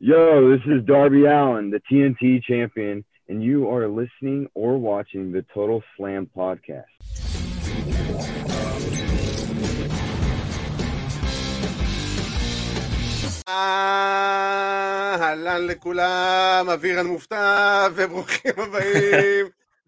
Yo, this is Darby Allin, the TNT champion, and you are listening or watching the Total Slam podcast. אהלן לכולם, אבירן מופתע וברוכים הבאים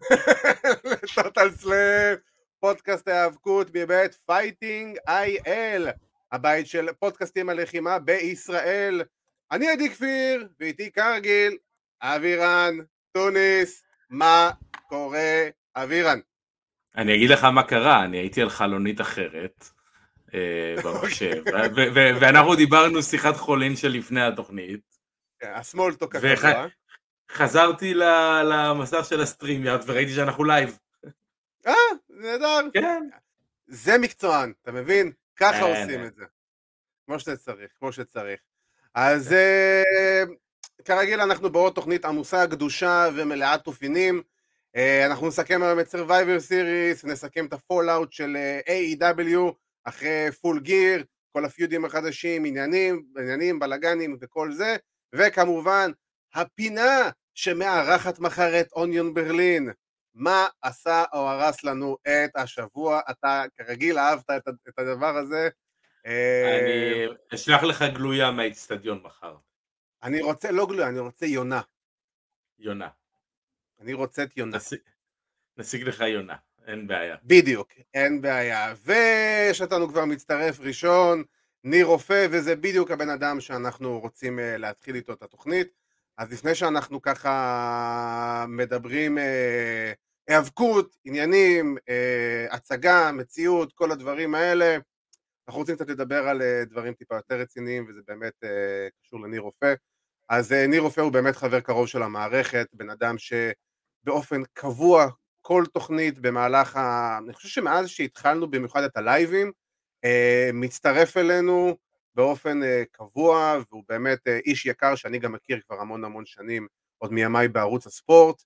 לטוטל סלאם, פודקאסט ההיאבקות מבית פייטינג IL, הבית של פודקאסטים הלחימה בישראל. אני עדי כפיר, ואיתי כרגיל, אבירן טוניס. מה קורה, אבירן? אני אגיד לך מה קרה, אני הייתי על חלונית אחרת במחשב, ואנחנו דיברנו שיחת חולין של לפני התוכנית. הסמולטוק הקבוע. חזרתי למסך של הסטרימייארד וראיתי שאנחנו לייב. נהדר. כן. זה מקצוען, אתה מבין? ככה עושים את זה. כמו שצריך. אז כרגיל אנחנו בעוד תוכנית עמוסה, גדושה ומלאת תופינים. אנחנו נסכם היום את Survivor Series, נסכם את הפולאוט של AEW אחרי פול גיר, כל הפיודים החדשים, עניינים, בלגנים וכל זה, וכמובן הפינה שמארחת מחר את אוניון ברלין. מה עשה או הרס לנו את השבוע? אתה כרגיל אהבת את הדבר הזה. אני אשלח לך גלויה מהאצטדיון מחר. אני רוצה, לא גלויה, אני רוצה יונה. יונה. אני רוצה את יונה. נשיג לך יונה, אין בעיה. בדיוק, אין בעיה. ויש אותנו כבר מצטרף ראשון, ניר רופא, וזה בדיוק הבן אדם שאנחנו רוצים להתחיל איתו את התוכנית. אז לפני שאנחנו ככה מדברים היאבקות, עניינים, הצגה, מציאות, כל הדברים האלה, אנחנו רוצים קצת לדבר על דברים טיפה יותר רציניים, וזה באמת קשור לניר רופא. אז ניר רופא הוא באמת חבר קרוב של המערכת, בן אדם שבאופן קבוע כל תוכנית במהלך אני חושב שמאז שהתחלנו במיוחד את הלייבים, מצטרף אלינו באופן קבוע, והוא באמת איש יקר שאני גם מכיר כבר המון שנים, עוד מימיי בערוץ הספורט,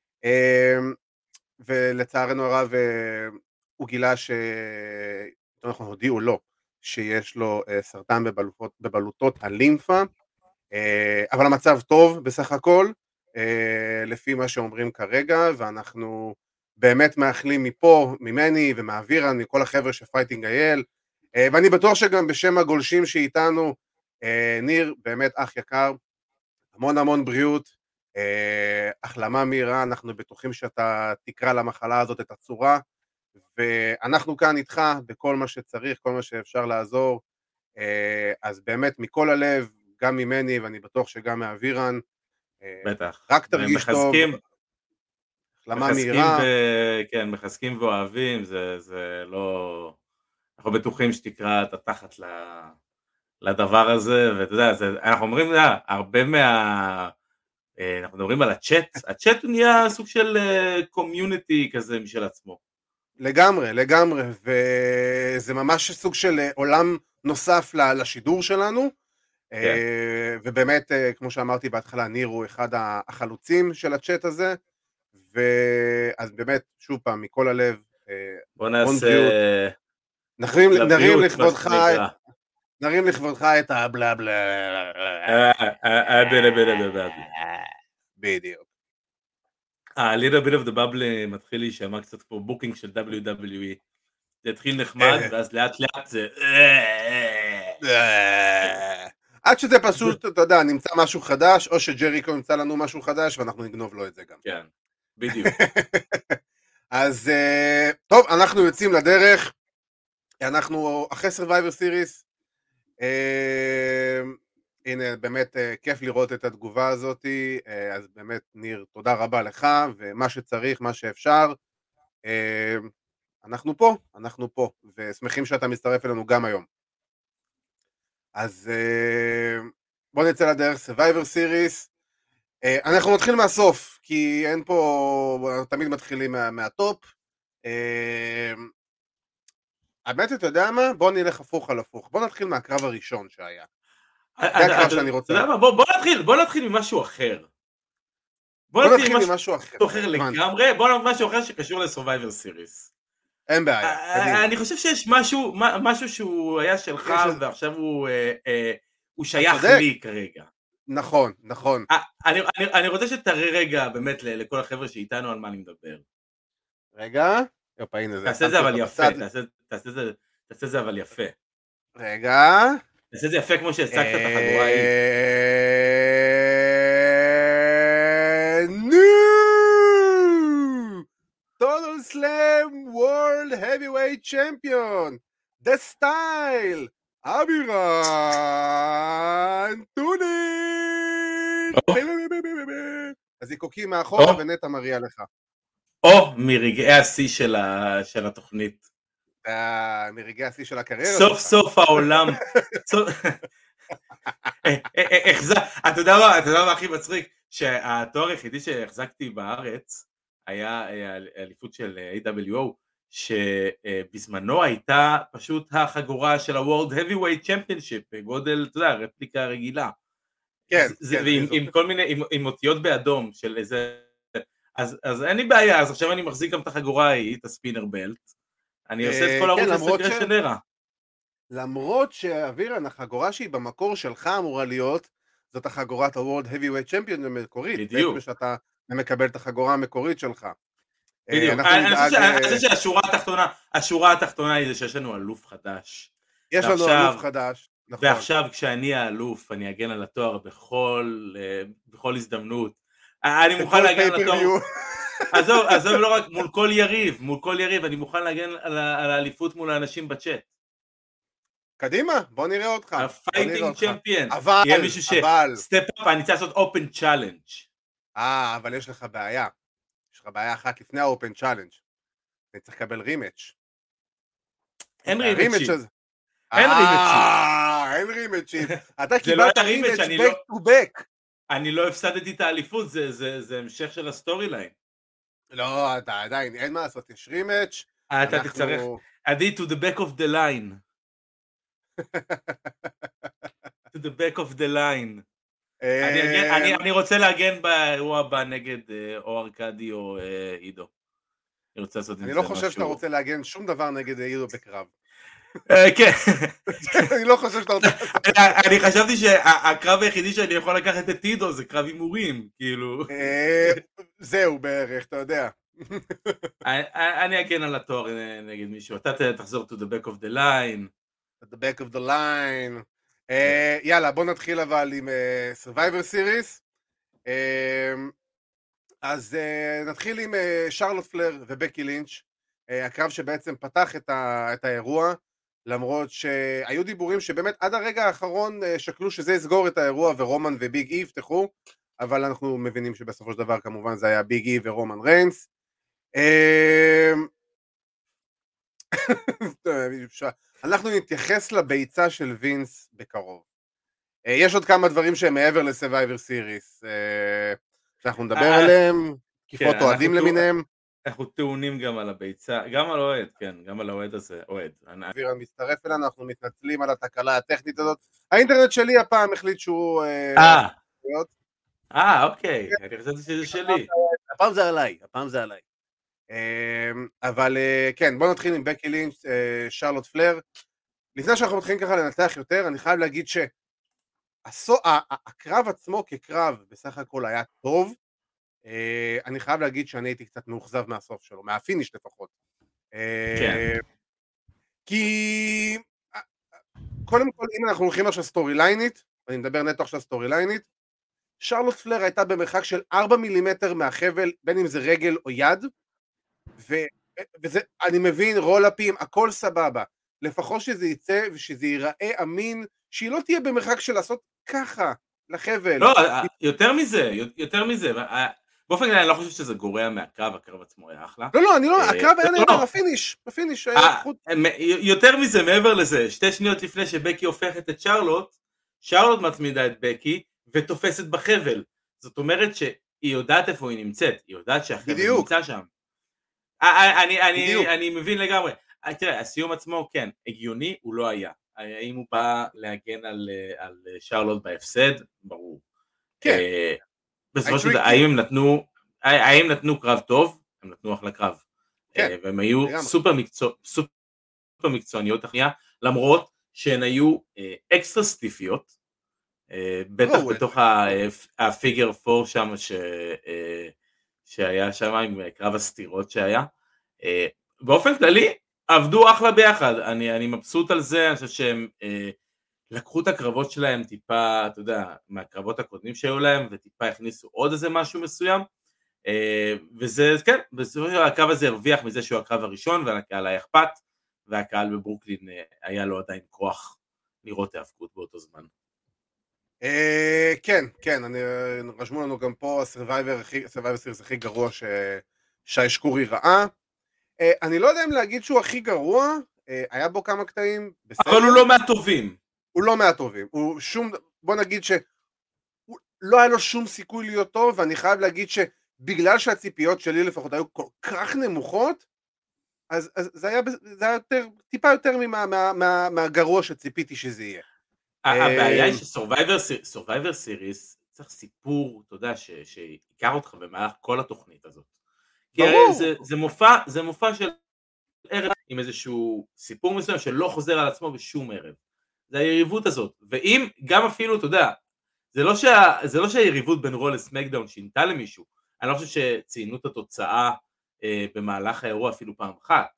ולצערנו הרב הוא גילה אנחנו הודיעו לו שיש לו סרטן בבלוטות הלימפה, אבל המצב טוב בסך הכל, לפי מה שאומרים כרגע, ואנחנו באמת מאחלים מפה, ממני ומאבירן, מכל החבר'ה של פייטינג IL, ואני בטוח שגם בשם הגולשים שאיתנו, ניר באמת אח יקר, המון בריאות, החלמה מהירה, אנחנו בטוחים שאתה תקרא למחלה הזאת את הצורה, ואנחנו כאן איתך בכל מה שצריך, כל מה שאפשר לעזור, אז באמת מכל הלב, גם ממני ואני בטוח שגם מאבירן, בטח. רק תרגיש טוב, החלמה מהירה. כן, מחזקים ואוהבים, זה לא... אנחנו בטוחים שתקרא את התחת לדבר הזה, ואתה יודע, אנחנו אומרים, הרבה אנחנו מדברים על הצ'אט הוא נהיה סוג של קומיוניטי כזה משל עצמו. לגמרי, וזה ממש סוג של עולם נוסף לשידור שלנו, ובאמת, כמו שאמרתי בהתחלה, ניר הוא אחד החלוצים של הצ'אט הזה, ואז באמת, שוב פעם, מכל הלב, בוא נעשה... נרים לכבודך את הבלה בלה. בדיוק. ה-little bit of the bubble מתחיל להישמע קצת פה בוקינג של WWE, זה התחיל נחמד ואז לאט זה עד שזה פשוט, אתה יודע, נמצא משהו חדש, או שג'ריקו ימצא לנו משהו חדש ואנחנו נגנוב לו את זה גם. כן, בדיוק. אז טוב, אנחנו יוצאים לדרך, אנחנו אחרי Survivor Series, הנה באמת כיף לראות את התגובה הזאת, אז באמת ניר תודה רבה לך, ומה שצריך, מה שאפשר, אנחנו פה, ושמחים שאתה מצטרף אלינו גם היום. אז בוא נצא לדרך Survivor Series, אנחנו נתחיל מהסוף, כי אין פה, תמיד מתחילים מהטופ, האמת אתה יודע מה? בוא נלך הפוך על הפוך, בוא נתחיל מהקרב הראשון שהיה. זה הקרב שאני רוצה. בוא נתחיל ממשהו אחר. בוא נתחיל ממשהו אחר לגמרי, בוא נתחיל משהו אחר שקשור ל-Survivor Series. אין בעיה. אני חושב שיש משהו שהוא היה שלך ועכשיו הוא שייך לי כרגע. נכון, נכון. אני רוצה שתראה רגע באמת לכל החבר'ה שאיתנו על מה אני מדבר. רגע, יופה, הנה זה. תעשה את זה אבל יפה, תעשה את זה אבל יפה. רגע. תעשה את זה יפה כמו שהצגת את החגורה ההיא. Total Slam World Heavyweight Champion, The Style, אבירן טוניק. הזיקוקים מאחורה ונטע מריע לך. או מרגעי השיא של התוכנית. מרגעי השיא של הקריירה. סוף סוף העולם. אתה יודע מה הכי מצחיק? שהתואר היחידי שהחזקתי בארץ היה האליפות של AWO, שבזמנו הייתה פשוט החגורה של ה-World Heavyweight Championship, בגודל, אתה יודע, רפליקה רגילה. כן. עם כל מיני, עם אותיות באדום של איזה... אז אין לי בעיה, אז עכשיו אני מחזיק גם את החגורה ההיא, את הספינר בלט. אני עושה את כל ערוץ לסגרה של נרה. למרות שאבירן, החגורה שהיא במקור שלך אמורה להיות, זאת החגורת ה-World Heavyweight Champion המקורית. בדיוק. שאתה מקבל את החגורה המקורית שלך. בדיוק. אני חושב שהשורה התחתונה היא זה שיש לנו אלוף חדש. יש לנו אלוף חדש. ועכשיו כשאני האלוף, אני אגן על התואר בכל הזדמנות. אני מוכן להגן על התואר. עזוב לא רק מול כל יריב, אני מוכן להגן על האליפות מול האנשים בצ'אט. קדימה, בוא נראה אותך. הפייטינג צ'מפיון. אבל, יהיה מישהו סטפ אפ, אני צריך לעשות אופן צ'אלנג'. אבל יש לך בעיה. יש לך בעיה אחת לפני האופן צ'אלנג'. אני צריך לקבל רימץ'. אין רימצ'ים. אין רימצ'ים. אתה קיבלת רימץ' back to back. אני לא הפסדתי את האליפות, זה המשך של הסטורי ליין. לא, אתה עדיין, אין מה לעשות, יש רימץ'. אתה תצטרך, עדי to the back of the line. to the back of the line. אני רוצה להגן באירוע הבא נגד או ארקדי או עידו. אני לא חושב שאתה רוצה להגן שום דבר נגד עידו בקרב. כן. אני לא חושב שאתה רוצה... אני חשבתי שהקרב היחידי שאני יכול לקחת את עידו זה קרב הימורים, כאילו. זהו בערך, אתה יודע. אני אגן על התואר נגד מישהו. אתה תחזור to the back of the line. the back of the line. יאללה, בוא נתחיל אבל עם Survivor Series. אז נתחיל עם שרלוט פלר ובקי לינץ', הקרב שבעצם פתח את האירוע, למרות שהיו דיבורים שבאמת עד הרגע האחרון שקלו שזה יסגור את האירוע ורומן וביג אי יפתחו, אבל אנחנו מבינים שבסופו של דבר כמובן זה היה ביג אי ורומן ריינס. אנחנו נתייחס לביצה של וינס בקרוב. יש עוד כמה דברים שהם מעבר לסרווייבר סיריס שאנחנו נדבר עליהם, תקיפות אוהדים למיניהם. אנחנו טעונים גם על הביצה, גם על אוהד, כן, גם על האוהד הזה, אוהד. אבירן מצטרף אלינו, אנחנו מתנצלים על התקלה הטכנית הזאת. האינטרנט שלי הפעם החליט שהוא... אוקיי, אני חשבתי שזה שלי. הפעם זה עליי. אבל כן, בוא נתחיל עם בקי לינץ', שרלוט פלר. לפני שאנחנו מתחילים ככה לנתח יותר, אני חייב להגיד שהקרב עצמו כקרב בסך הכל היה טוב. אני חייב להגיד שאני הייתי קצת מאוכזב מהסוף שלו, מהפיניש לפחות. כי קודם כל, אם אנחנו הולכים עכשיו סטורי ליינית, אני מדבר נטו עכשיו סטורי ליינית, שרלוט פלר הייתה במרחק של 4 מילימטר מהחבל, בין אם זה רגל או יד, וזה, אני מבין, רולאפים, הכל סבבה, לפחות שזה יצא ושזה ייראה אמין, שהיא לא תהיה במרחק של לעשות ככה לחבל. לא, יותר מזה, באופן כלל אני לא חושב שזה גורע מהקרב, הקרב עצמו היה אחלה. לא, הקרב היה נהדר, הפיניש היה חוט. יותר מזה, מעבר לזה, 2 שניות לפני שבקי הופכת את שרלוט מצמידה את בקי, ותופסת בחבל. זאת אומרת שהיא יודעת איפה היא נמצאת, היא יודעת שהחבל נמצא שם. אני מבין לגמרי. תראה, הסיום עצמו, כן, הגיוני, הוא לא היה. האם הוא בא להגן על שרלוט בהפסד? ברור. כן. בסופו של דבר, האם נתנו קרב טוב? הם נתנו אחלה קרב. והם היו סופר מקצועניות אחריה, למרות שהן היו אקסטרה סטיפיות, בטח בתוך הפיגר 4 שם שהיה שם עם קרב הסתירות שהיה. באופן כללי עבדו אחלה ביחד, אני מבסוט על זה, אני חושב שהם לקחו את הקרבות שלהם טיפה, אתה יודע, מהקרבות הקודמים שהיו להם, וטיפה הכניסו עוד איזה משהו מסוים, וזה, כן, בסופו של דבר הקרב הזה הרוויח מזה שהוא הקרב הראשון, והקהל היה אכפת, והקהל בברוקלין היה לו עדיין כוח לראות האבקות באותו זמן. כן, רשמו לנו גם פה הסרווייבר סיריס הכי גרוע שי שקורי ראה. אני לא יודע אם להגיד שהוא הכי גרוע, היה בו כמה קטעים בסדר. אבל הוא לא מהטובים. הוא לא מהטובים, בוא נגיד שלא היה לו שום סיכוי להיות טוב, ואני חייב להגיד שבגלל שהציפיות שלי לפחות היו כל כך נמוכות, אז זה היה טיפה יותר מהגרוע שציפיתי שזה יהיה. הבעיה היא שסורווייבר סיריס צריך סיפור, אתה יודע, שעיקר אותך במהלך כל התוכנית הזאת. כי זה מופע של ערב עם איזשהו סיפור מסוים שלא חוזר על עצמו בשום ערב. זה היריבות הזאת, ואם גם אפילו, אתה יודע, זה לא שהיריבות בין רו לסמקדאון שינתה למישהו, אני לא חושב שציינו את התוצאה במהלך האירוע אפילו פעם אחת.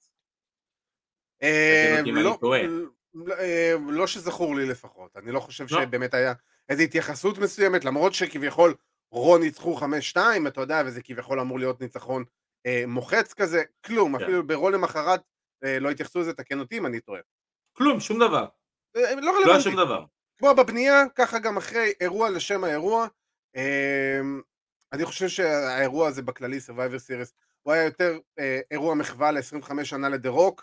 לא שזכור לי לפחות, אני לא חושב שבאמת היה איזו התייחסות מסוימת, למרות שכביכול רו ניצחו 5-2, אתה יודע, וזה כביכול אמור להיות ניצחון מוחץ כזה, כלום, אפילו ברו למחרת לא התייחסו לזה, תקן אותי אם אני טועה. כלום, שום דבר. לא היה שום דבר. כמו בבנייה, ככה גם אחרי אירוע לשם האירוע, אני חושב שהאירוע הזה בכללי, Survivor Series, הוא היה יותר אירוע מחווה ל-25 שנה לדרוק,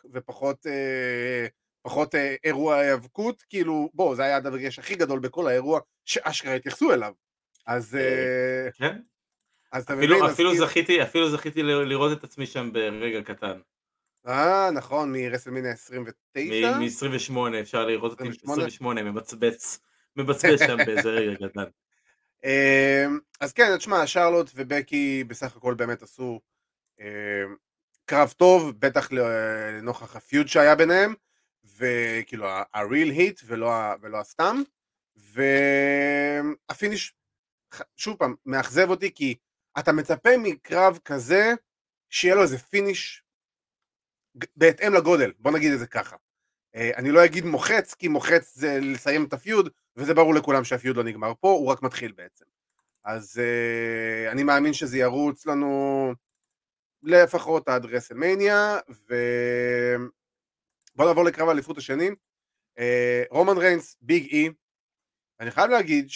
ופחות אירוע האבקות, כאילו, בוא, זה היה הדגש הכי גדול בכל האירוע, שאשכרה התייחסו אליו. אז... כן. אז אפילו זכיתי לראות את עצמי שם ברגע קטן. נכון, מרסלמניה 29? מ-28, אפשר לראות אותי 28, מבצבץ שם באיזה רגע קטן. אז כן, תשמע, שרלוט ובקי בסך הכל באמת עשו קרב טוב, בטח לנוכח הפיוד שהיה ביניהם, וכאילו הריל היט ולא הסתם, והפיניש, שוב פעם, מאכזב אותי, כי אתה מצפה מקרב כזה, שיהיה לו איזה פיניש, בהתאם לגודל, בוא נגיד את זה ככה. אני לא אגיד מוחץ, כי מוחץ זה לסיים את הפיוד, וזה ברור לכולם שהפיוד לא נגמר פה, הוא רק מתחיל בעצם. אז אני מאמין שזה ירוץ לנו לפחות עד רסלמניה, בוא נעבור לקרב האליפות השני. רומן ריינס, ביג אי, אני חייב להגיד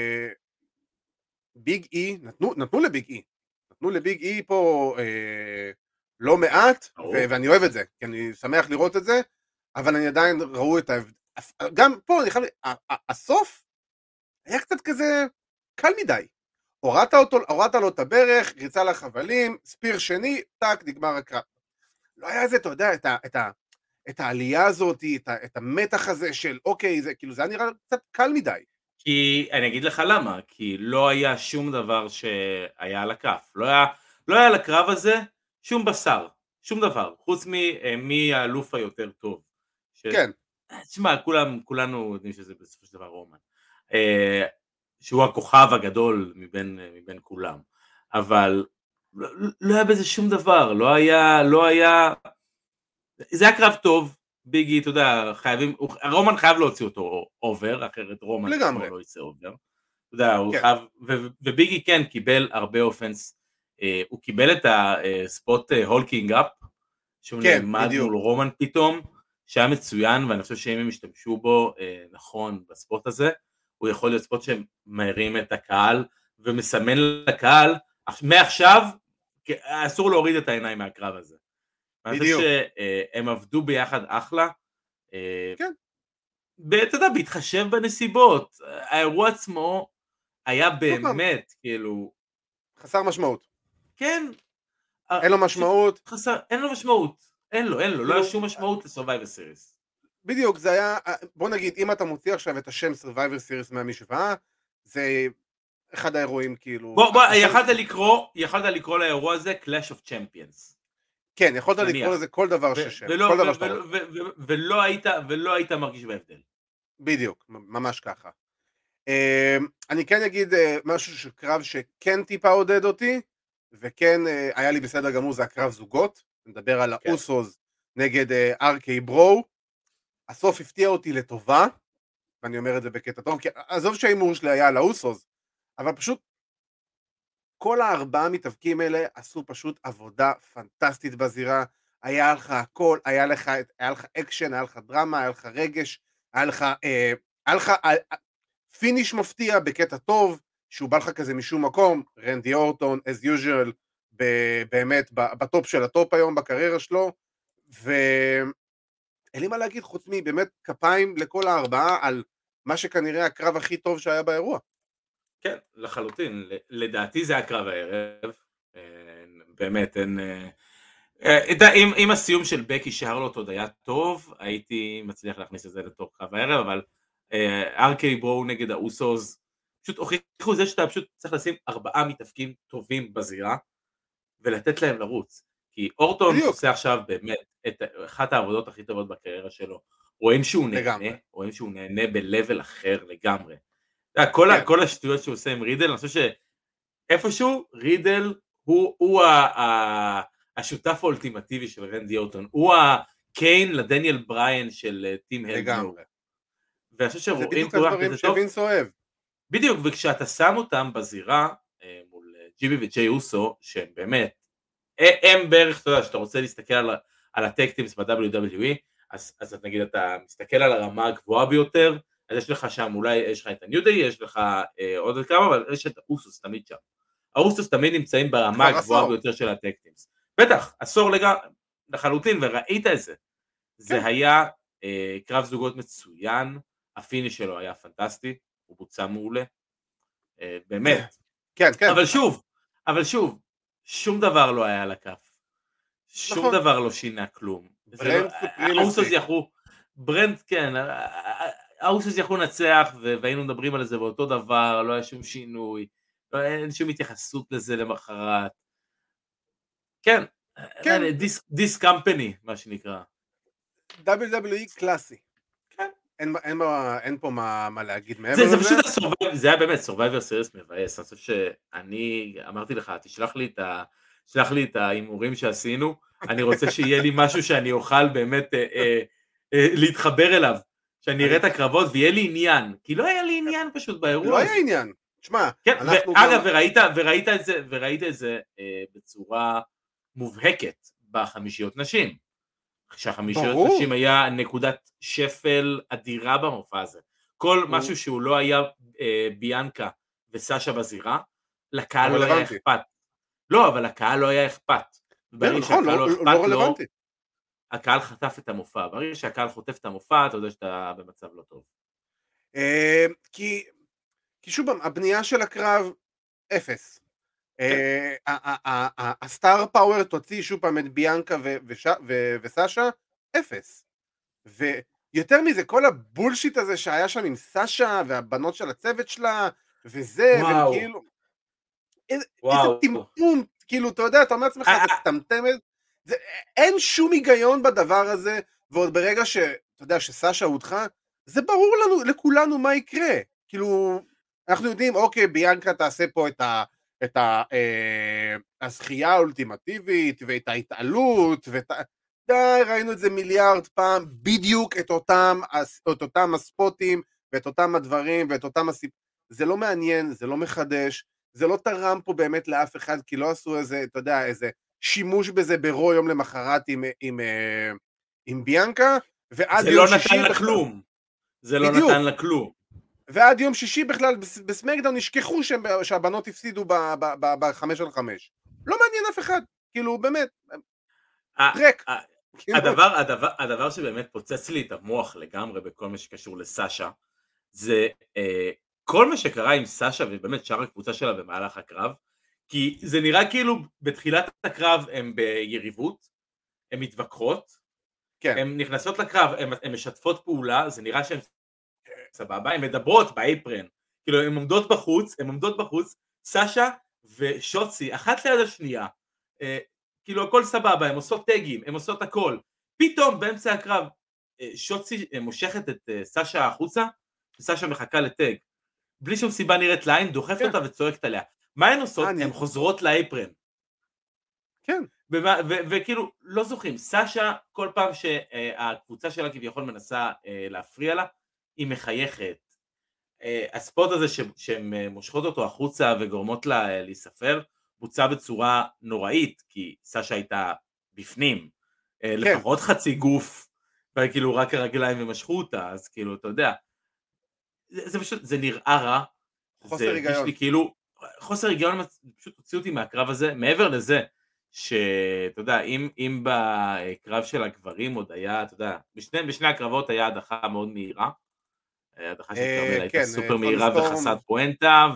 שביג אי, נתנו לביג אי פה לא מעט, ואני אוהב את זה, כי אני שמח לראות את זה, אבל אני עדיין ראו את גם פה, אני חייב, הסוף היה קצת כזה קל מדי. הורדת לו את הברך, ריצה לחבלים, ספיר שני, טק, נגמר הקרב. לא היה זה, אתה יודע, את העלייה הזאת, את המתח הזה של, אוקיי, זה כאילו, זה היה נראה קצת קל מדי. כי, אני אגיד לך למה, כי לא היה שום דבר שהיה על הכף. לא היה לקרב הזה שום בשר, שום דבר, חוץ מי האלוף היותר טוב. כן. תשמע, כולנו יודעים שזה בסופו של דבר רומן. שהוא הכוכב הגדול מבין כולם. אבל לא היה בזה שום דבר, לא היה... זה היה קרב טוב, ביגי, אתה יודע, רומן חייב להוציא אותו אובר, אחרת רומן לגמרי לא יצא אובר. אתה יודע, הוא חייב, וביגי כן קיבל הרבה אופנס, הוא קיבל את הספוט הולקינג אפ, שהוא נעמד מול רומן פתאום, שהיה מצוין, ואני חושב שאם הם השתמשו בו נכון בספוט הזה, הוא יכול להיות ספוט שמרים את הקהל, ומסמן לקהל, מעכשיו, אסור להוריד את העיניים מהקרב הזה. אני חושב שהם עבדו ביחד אחלה, כן. אתה יודע, בהתחשב בנסיבות, האירוע עצמו היה באמת, כאילו... חסר משמעות. כן. אין לו משמעות. אין לו משמעות. אין לו, לא היה שום משמעות ל-Survivor Series. בדיוק, זה היה, בוא נגיד, אם אתה מוציא עכשיו את השם Survivor Series מהמשוואה, זה אחד האירועים כאילו... בוא, יכלת לקרוא לאירוע הזה Clash of Champions. כן, יכולת לקרוא לזה כל דבר ששם. ולא היית מרגיש בהבדל. בדיוק, ממש ככה. אני כן אגיד משהו שקרב שכן טיפה עודד אותי, וכן היה לי בסדר גמור, זה הקרב זוגות, נדבר על כן. האוסוס נגד ארקי ברו, הסוף הפתיע אותי לטובה, ואני אומר את זה בקטע טוב, כי עזוב שהאימור שלי היה על האוסוס, אבל פשוט כל הארבעה מתאבקים האלה עשו פשוט עבודה פנטסטית בזירה, היה לך הכל, היה לך אקשן, היה לך דרמה, היה לך רגש, היה לך פיניש מפתיע בקטע טוב, שהוא בא לך כזה משום מקום, רנדי אורטון, as usual, באמת בטופ של הטופ היום בקריירה שלו, ואין לי מה להגיד חוץ מבאמת כפיים לכל הארבעה על מה שכנראה הקרב הכי טוב שהיה באירוע. כן, לחלוטין, לדעתי זה הקרב הערב, באמת, אם הסיום של בקי שרלוט עוד היה טוב, הייתי מצליח להכניס את זה לתוך קרב הערב, אבל ארקי ברו נגד האוסוס, פשוט הוכיחו זה שאתה פשוט צריך לשים 4 מתאבקים טובים בזירה, ולתת להם לרוץ, כי אורטון עושה עכשיו באמת את אחת העבודות הכי טובות בקריירה שלו, רואים שהוא נהנה ב-level אחר לגמרי, כל השטויות שהוא עושה עם רידל, אני חושב שאיפשהו רידל הוא השותף האולטימטיבי של רנדי אורטון, הוא הקיין לדניאל בריין של טים הלגמרי. ואני חושב שרואים זה בדיוק הדברים שווינס אוהב. בדיוק, וכשאתה שם אותם בזירה מול ג'ימי וג'יי אוסו, שהם באמת, הם בערך, אתה יודע, שאתה רוצה להסתכל על הטקטימס ב-WWE, אז נגיד אתה מסתכל על הרמה הגבוהה ביותר, אז יש לך שם, אולי יש לך את הניו-דיי, יש לך עוד כמה, אבל יש את האוסוס תמיד שם. האוסוס תמיד נמצאים ברמה הגבוהה ביותר של הטקטימס. בטח, עשור לחלוטין, וראית את זה. זה היה קרב זוגות מצוין, הפיניש שלו היה פנטסטי, הוא בוצע מעולה, באמת. כן. אבל שוב, שום דבר לא היה על הכף. שום דבר לא שינה כלום. האוסוס יכלו, ברנד, כן, האוסוס יכלו לנצח, והיינו מדברים על זה באותו דבר, לא היה שום שינוי, אין שום התייחסות לזה למחרת. כן, דיס קמפני, מה שנקרא. WWE קלאסי. אין פה מה להגיד מעבר לזה. זה פשוט זה היה באמת Survivor Series מבאס, אני חושב שאני אמרתי לך, תשלח לי את האימורים שעשינו, אני רוצה שיהיה לי משהו שאני אוכל באמת להתחבר אליו, שאני אראה את הקרבות ויהיה לי עניין, כי לא היה לי עניין פשוט באירוע. לא היה עניין, תשמע. אגב, וראית את זה בצורה מובהקת בחמישיות נשים. שהחמישיות נשים היה נקודת שפל אדירה במופע הזה. כל משהו שהוא לא היה ביאנקה וסשה בזירה, לקהל לא היה אכפת. לא, אבל לקהל לא היה אכפת. נכון, לא רלוונטי. הקהל חטף את המופע. ברגע שהקהל חוטף את המופע, אתה יודע שאתה במצב לא טוב. כי שוב, הבנייה של הקרב, אפס. הסטאר פאוור תוציא שוב פעם את ביאנקה וסשה, אפס. ויותר מזה, כל הבולשיט הזה שהיה שם עם סשה והבנות של הצוות שלה, וזה, וכאילו, איזה טמטום, כאילו, אתה יודע, אתה אומר לעצמך, זה טמטמת, אין שום היגיון בדבר הזה, ועוד ברגע שאתה יודע שסשה הודחה, זה ברור לנו, לכולנו מה יקרה, כאילו, אנחנו יודעים, אוקיי, ביאנקה תעשה פה את הזכייה האולטימטיבית, ואת ההתעלות, ראינו את זה מיליארד פעם, בדיוק את אותם הספוטים, ואת אותם הדברים, ואת אותם זה לא מעניין, זה לא מחדש, זה לא תרם פה באמת לאף אחד, כי לא עשו איזה, אתה יודע, איזה שימוש בזה ברוא יום למחרת עם ביאנקה, ועד יום שישי... זה לא נתן לה כלום. זה לא נתן לה כלום. ועד יום שישי בכלל, בסמקדאון נשכחו שהבנות הפסידו ב5-5. לא מעניין אף אחד, כאילו באמת, ריק. הדבר שבאמת פוצץ לי את המוח לגמרי בכל מה שקשור לסשה, זה כל מה שקרה עם סשה ובאמת שאר הקבוצה שלה במהלך הקרב, כי זה נראה כאילו בתחילת הקרב הם ביריבות, הן מתווכחות, הן נכנסות לקרב, הן משתפות פעולה, זה נראה שהן סבבה, הן מדברות באייפרן, כאילו הן עומדות בחוץ, סשה ושוטסי, אחת ליד השנייה, כאילו הכל סבבה, הן עושות טגים, הן עושות הכל, פתאום באמצע הקרב, שוטסי מושכת את סשה החוצה, וסשה מחכה לטג, בלי שום סיבה נראית לעין, דוחפת אותה וצועקת עליה. מה הן עושות? אני- הן חוזרות לאפרן. כן. וכאילו, לא זוכרים, סשה, כל פעם שהקבוצה שלה כביכול מנסה להפריע לה, היא מחייכת. הספורט הזה שהן מושכות אותו החוצה וגורמות לה להיספר, בוצע בצורה נוראית, כי סשה הייתה בפנים, לפחות חצי גוף, וכאילו רק הרגליים ומשכו אותה, אז כאילו, אתה יודע, זה פשוט, זה נראה רע, חוסר היגיון. לי כאילו, חוסר היגיון, פשוט הוציא אותי מהקרב הזה, מעבר לזה, שאתה יודע, אם בקרב של הגברים עוד היה, אתה יודע, בשני הקרבות היה הדחה מאוד מהירה, הדחה של קרמלה הייתה סופר מהירה וחסרת פואנטה,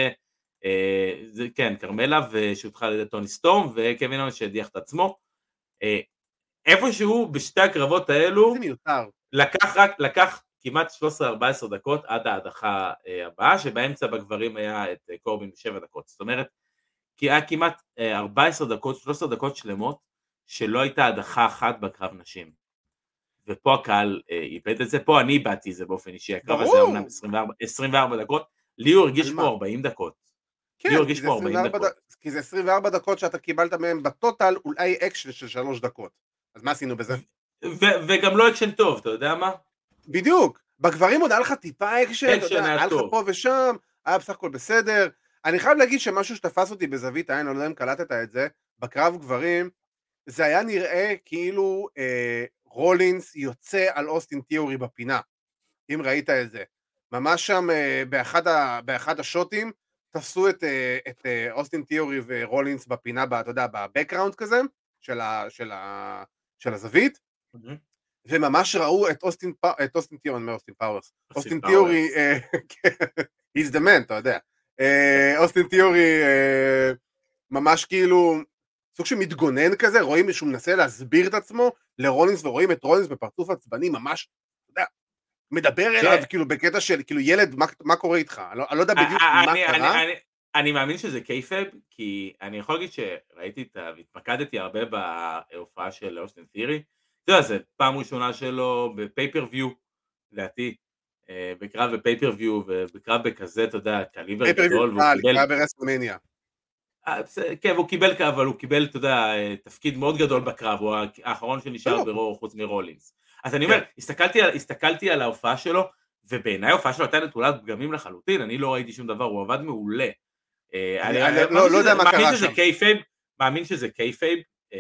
כן, קרמלה ושהודחה על ידי טוני סטורם, וקווין אונס שהדיח את עצמו, איפשהו בשתי הקרבות האלו, לקח כמעט 13-14 דקות עד ההדחה הבאה, שבאמצע בגברים היה את קורבין ב7 דקות, זאת אומרת, כי היה כמעט 14 דקות, 13 דקות שלמות, שלא הייתה הדחה אחת בקרב נשים. ופה הקהל איבד את זה, פה אני איבדתי את זה באופן אישי, הקרב הזה היה אומנם 24 דקות, לי הוא הרגיש פה 40 דקות. כן, כי זה 24 דקות שאתה קיבלת מהם בטוטל, אולי אקשן של 3 דקות. אז מה עשינו בזה? וגם לא אקשן טוב, אתה יודע מה? בדיוק, בגברים עוד היה לך טיפה אקשן, היה לך פה ושם, היה בסך הכל בסדר. אני חייב להגיד שמשהו שתפס אותי בזווית העין, אני לא יודע אם קלטת את זה, בקרב גברים, זה היה נראה כאילו רולינס יוצא על אוסטין תיאורי בפינה, אם ראית את זה. ממש שם באחד השוטים, תפסו את אוסטין תיאורי ורולינס בפינה, אתה יודע, בבקראונד כזה, של הזווית, וממש ראו את אוסטין תיאורי, he's the man, אתה יודע, אוסטין תיאורי ממש כאילו סוג שמתגונן כזה, רואים שהוא מנסה להסביר את עצמו לרולינס, ורואים את רולינס בפרצוף עצבני, ממש, אתה יודע, מדבר אליו כאילו בקטע של כאילו ילד, מה קורה איתך? אני לא יודע בדיוק מה קרה. אני מאמין שזה קייפאב, כי אני יכול להגיד שראיתי והתמקדתי הרבה בהופעה של אוסטין תיאורי, אתה יודע, זה פעם ראשונה שלו בפייפריוויו, לדעתי, בקרב בפייפריוויו, ובקרב בכזה, אתה יודע, קליבר גדול, קרב ברסלמניה. כן, אבל הוא קיבל, אתה יודע, תפקיד מאוד גדול בקרב, הוא האחרון שנשאר ברו חוץ מרולינס. אז אני אומר, הסתכלתי על ההופעה שלו, ובעיניי ההופעה שלו הייתה נטולת פגמים לחלוטין, אני לא ראיתי שום דבר, הוא עבד מעולה. אני לא יודע מה קרה שם. מאמין שזה קייפאב,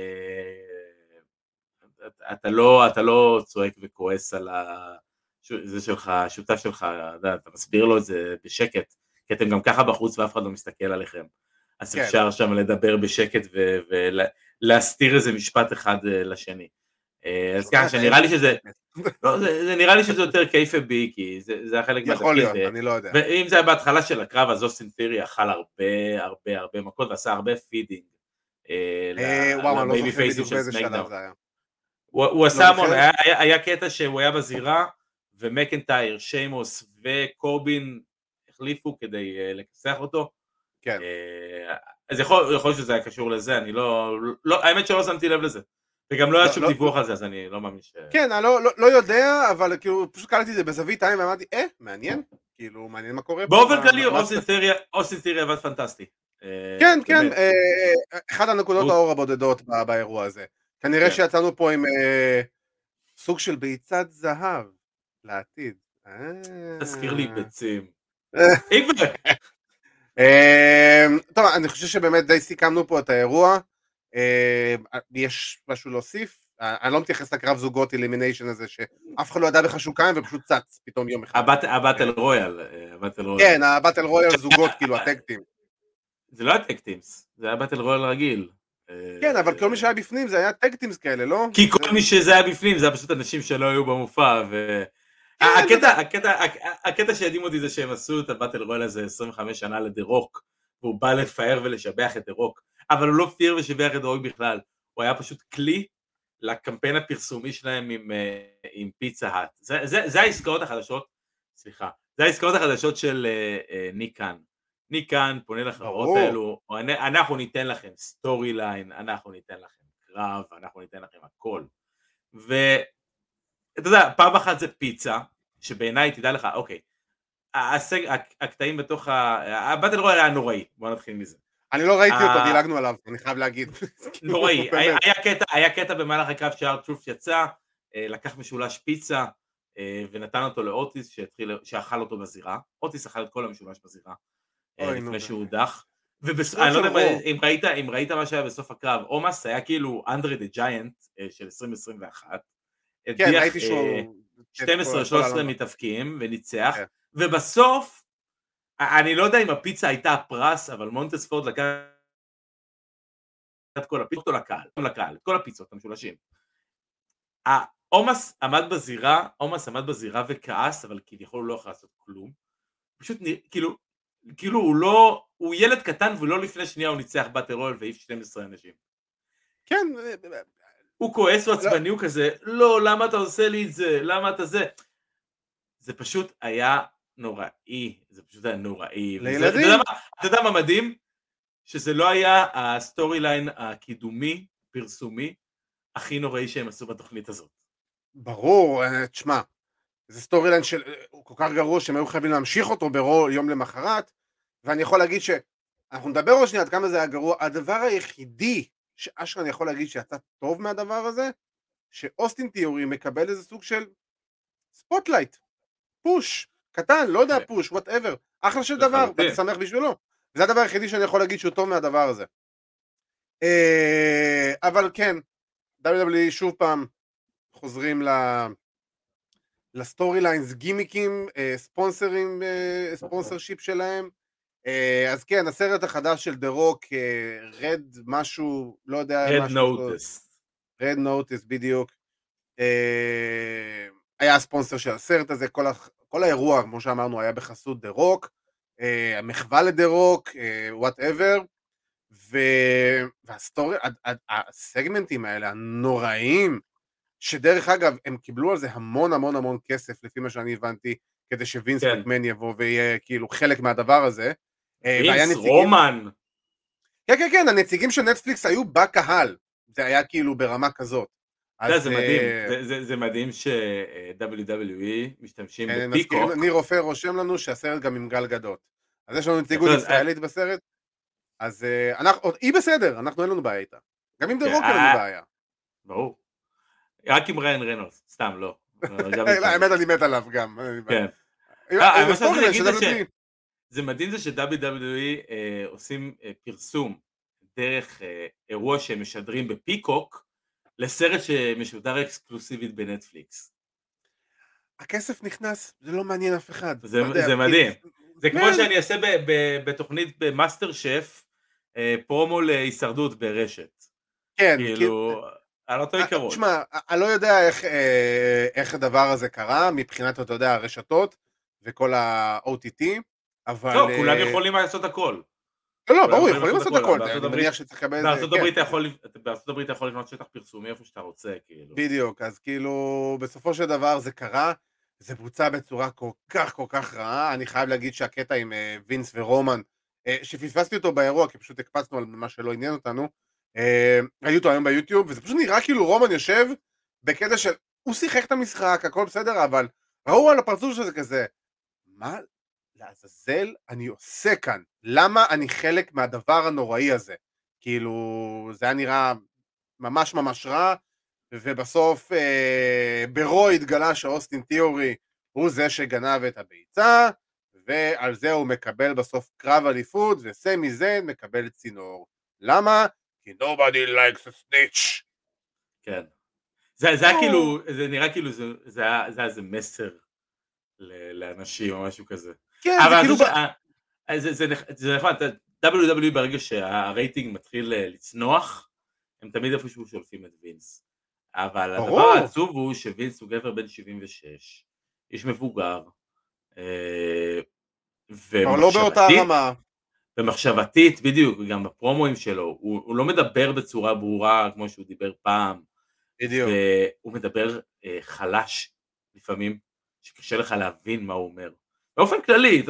אתה לא צועק וכועס על זה שלך, השותף שלך, אתה מסביר לו את זה בשקט, כי אתם גם ככה בחוץ ואף אחד לא מסתכל עליכם. אז אפשר שם לדבר בשקט ולהסתיר איזה משפט אחד לשני. אז ככה שנראה לי שזה, זה נראה לי שזה יותר קייפאבי, כי זה החלק מהתפקיד. יכול להיות, אני לא יודע. ואם זה היה בהתחלה של הקרב, אז אוסטין תיאורי אכל הרבה מכות, ועשה הרבה פידינג. וואו, אני לא זוכר בדיוק באיזה שלב זה היה. הוא עשה המון, היה קטע שהוא היה בזירה, ומקנטייר, שיימוס וקורבין החליפו כדי לכסח אותו. כן. אז יכול להיות שזה היה קשור לזה, אני לא, האמת שלא שמתי לב לזה. וגם לא היה שום דיווח על זה, אז אני לא מאמין כן, אני לא יודע, אבל כאילו פשוט קלטתי את זה בזווית העין, ואמרתי, מעניין, כאילו מעניין מה קורה. באופן כללי, אוסטין תיאורי עבד פנטסטי. כן, אחד הנקודות האור הבודדות באירוע הזה. כנראה שיצאנו פה עם סוג של ביצת זהב לעתיד. תזכיר לי ביצים. טוב, אני חושב שבאמת די סיכמנו פה את האירוע. יש משהו להוסיף? אני לא מתייחס לקרב זוגות אלימיניישן הזה שאף אחד לא ידע בחשוקיים ופשוט צץ פתאום יום אחד. הבטל רויאל. כן, הבטל רויאל זוגות, כאילו הטקטים. זה לא היה טקטימס, זה היה בטל רויאל רגיל. כן, אבל כל מי שהיה בפנים זה היה טקטימס כאלה, לא? כי כל מי שזה היה בפנים זה היה פשוט אנשים שלא היו במופע, הקטע שהדהים אותי זה שהם עשו את הבטל רויאל הזה 25 שנה לדה-רוק, והוא בא לפאר ולשבח את דה-רוק, אבל הוא לא פייר ושבח את דה-רוק בכלל, הוא היה פשוט כלי לקמפיין הפרסומי שלהם עם פיצה האט. זה העסקאות החדשות, סליחה, זה העסקאות החדשות של ניק קאן. ניק קאן פונה לחברות האלו, אנחנו ניתן לכם סטורי ליין, אנחנו ניתן לכם קרב, אנחנו ניתן לכם הכל. ואתה יודע, פעם אחת זה פיצה, שבעיניי תדע לך, אוקיי, הקטעים בתוך הבטל רויאל היה נוראי, בוא נתחיל מזה. אני לא ראיתי אותו, דילגנו עליו, אני חייב להגיד. נוראי, היה קטע במהלך הקרב שהארטרוף יצא, לקח משולש פיצה, ונתן אותו לאוטיס שאכל אותו בזירה. אוטיס אכל את כל המשולש בזירה, לפני שהוא הודח. אני לא יודע אם ראית מה שהיה בסוף הקרב, אומאס היה כאילו אנדרי דה ג'יינט של 2021, כן, ראיתי שהוא 12-13 מתאבקים וניצח, ובסוף, אני לא יודע אם הפיצה הייתה הפרס, אבל מונטס פורד לקח את כל הפיצות לקהל, את כל הפיצות המשולשים. אומאס עמד בזירה וכעס, אבל כביכול הוא לא יכול לעשות כלום. פשוט כאילו הוא ילד קטן ולא לפני שנייה הוא ניצח באטל רויאל והעיף 12 אנשים. כן. הוא כועס ועצבני, הוא כזה, לא, למה אתה עושה לי את זה? למה אתה זה? זה פשוט היה נוראי. לילדים. אתה יודע מה מדהים? שזה לא היה הסטורי ליין הקידומי, פרסומי, הכי נוראי שהם עשו בתוכנית הזאת. ברור, תשמע, זה סטורי ליין הוא כל כך גרוע שהם היו חייבים להמשיך אותו ברו יום למחרת, ואני יכול להגיד אנחנו נדבר עוד שנייה עד כמה זה היה גרוע. הדבר היחידי שאשכרה אני יכול להגיד שיצא טוב מהדבר הזה, שאוסטין תיאורי מקבל איזה סוג של ספוטלייט, פוש, קטן, לא יודע פוש, whatever, אחלה של דבר, ואני שמח בשבילו. זה הדבר היחידי שאני יכול להגיד שהוא טוב מהדבר הזה. אבל כן, WWE שוב פעם חוזרים לסטורי ליינס, גימיקים, ספונסרים, ספונסרשיפ שלהם. אז כן, הסרט החדש של דה רוק, רד משהו, לא יודע, רד נוטיס בדיוק, היה הספונסר של הסרט הזה. כל האירוע, כמו שאמרנו, היה בחסות דה רוק, המחווה לדה רוק, whatever, והסטורי, הסגמנטים האלה הנוראים, שדרך אגב הם קיבלו על זה המון המון המון כסף לפי מה שאני הבנתי, כדי שווינס מקמן יבוא ויהיה כאילו חלק מהדבר הזה. וינס, רומן. כן, הנציגים של נטפליקס היו בקהל, זה היה כאילו ברמה כזאת. זה מדהים, זה מדהים ש-WWE משתמשים בפיקוק. ניר רופא רושם לנו שהסרט גם עם גל גדות, אז יש לנו נציגות ישראלית בסרט, אז היא בסדר, אנחנו אין לנו בעיה איתה, גם עם דה רוק אין לנו בעיה. ברור, רק עם ריין רנולדס, סתם לא. האמת אני מת עליו גם. כן. זה מדהים זה ש-WWE עושים פרסום דרך אירוע שהם משדרים בפיקוק, לסרט שמשודר אקסקלוסיבית בנטפליקס. הכסף נכנס, זה לא מעניין אף אחד. זה מדהים. זה כמו שאני אעשה בתוכנית במאסטר שף, פרומו להישרדות ברשת. כן. כאילו, על אותו עיקרון. תשמע, אני לא יודע איך הדבר הזה קרה, מבחינת, אתה יודע, הרשתות, וכל ה-OTT, אבל... לא, כולם יכולים לעשות הכל. לא, ברור, יכולים לעשות הכל. אני מניח שצריך לקבל... בארצות הברית אתה יכול לבנות שטח פרסומי איפה שאתה רוצה, כאילו. בדיוק, אז כאילו, בסופו של דבר זה קרה, זה בוצע בצורה כל כך רעה. אני חייב להגיד שהקטע עם וינס ורומן, שפספסתי אותו באירוע, כי פשוט הקפצנו על מה שלא עניין אותנו, ראיתי אותו היום ביוטיוב, וזה פשוט נראה כאילו רומן יושב בקטע של, הוא שיחק את המשחק, הכל בסדר, אבל ראו על הפרצוף שזה כזה, מה לעזאזל אני עושה כאן? למה אני חלק מהדבר הנוראי הזה? כאילו, זה היה נראה ממש ממש רע, ובסוף ברו התגלה שאוסטין תיאורי הוא זה שגנב את הביצה, ועל זה הוא מקבל בסוף קרב אליפות, וסמי זיין מקבל צינור. למה? כי nobody likes a snitch. כן. זה היה כאילו, זה נראה כאילו, זה היה איזה מסר לאנשים או משהו כזה. כן, זה כאילו... זה נחמד, WWE ברגע שהרייטינג מתחיל לצנוח, הם תמיד איפשהו שולפים את וינס. אבל הדבר העצוב הוא שווינס הוא גבר בן 76, איש מבוגר, לא באותה רמה. ומחשבתית, בדיוק, גם בפרומואים שלו, הוא לא מדבר בצורה ברורה כמו שהוא דיבר פעם, בדיוק. והוא מדבר חלש לפעמים, שקשה לך להבין מה הוא אומר. באופן כללי,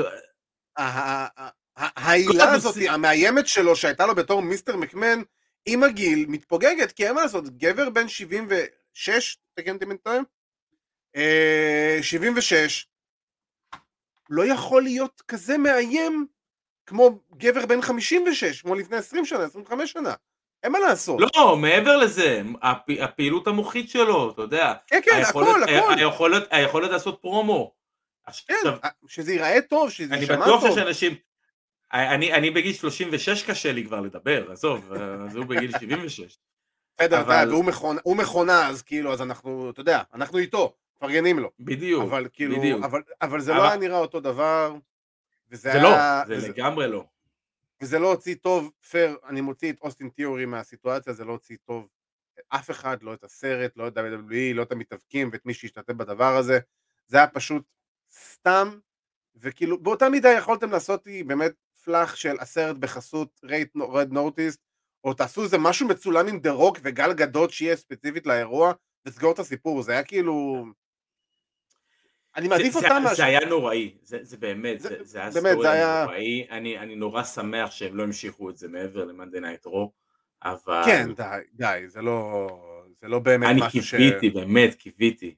העילה הזאת, המאיימת שלו שהייתה לו בתור מיסטר מקמן, עם הגיל מתפוגגת, כי אין מה לעשות, גבר בן 76, תקן אותי בינתיים, 76, לא יכול להיות כזה מאיים כמו גבר בן 56, כמו לפני 20 שנה, 25 שנה. אין מה לעשות. לא, מעבר לזה, הפעילות המוחית שלו, אתה יודע, כן, כן, הכל. היכולת לעשות פרומו. כן, עכשיו, שזה ייראה טוב, שזה אני יישמע בטוח טוב. שיש אנשים, אני בגיל 36 קשה לי כבר לדבר, עזוב, אז הוא בגיל 76. בסדר, אבל והוא מכונה, אז כאילו, אז אנחנו, אתה יודע, אנחנו איתו, מפרגנים לו. בדיוק, אבל כאילו, בדיוק. אבל זה לא היה נראה אותו דבר, וזה זה לא, היה, זה לגמרי לא. וזה לא הוציא טוב, פייר, אני מוציא את אוסטין תיאורי מהסיטואציה, זה לא הוציא טוב אף אחד, לא את הסרט, לא את WWE, לא את המתאבקים ואת מי שהשתתף בדבר הזה, זה היה פשוט סתם, וכאילו באותה מידה יכולתם לעשות לי באמת פלאח של הסרט בחסות רד נוטיס, או תעשו איזה משהו מצולם עם דה רוק וגל גדות שיהיה ספציפית לאירוע, וסגור את הסיפור, זה היה כאילו, אני מעדיף אותם, זה היה נוראי, זה באמת, זה היה באמת, זה סטורי היה, נוראי, אני נורא שמח שהם לא המשיכו את זה מעבר למאנדי נייט רו, אבל כן, די, זה לא באמת אני משהו קיוויתי, באמת קיוויתי.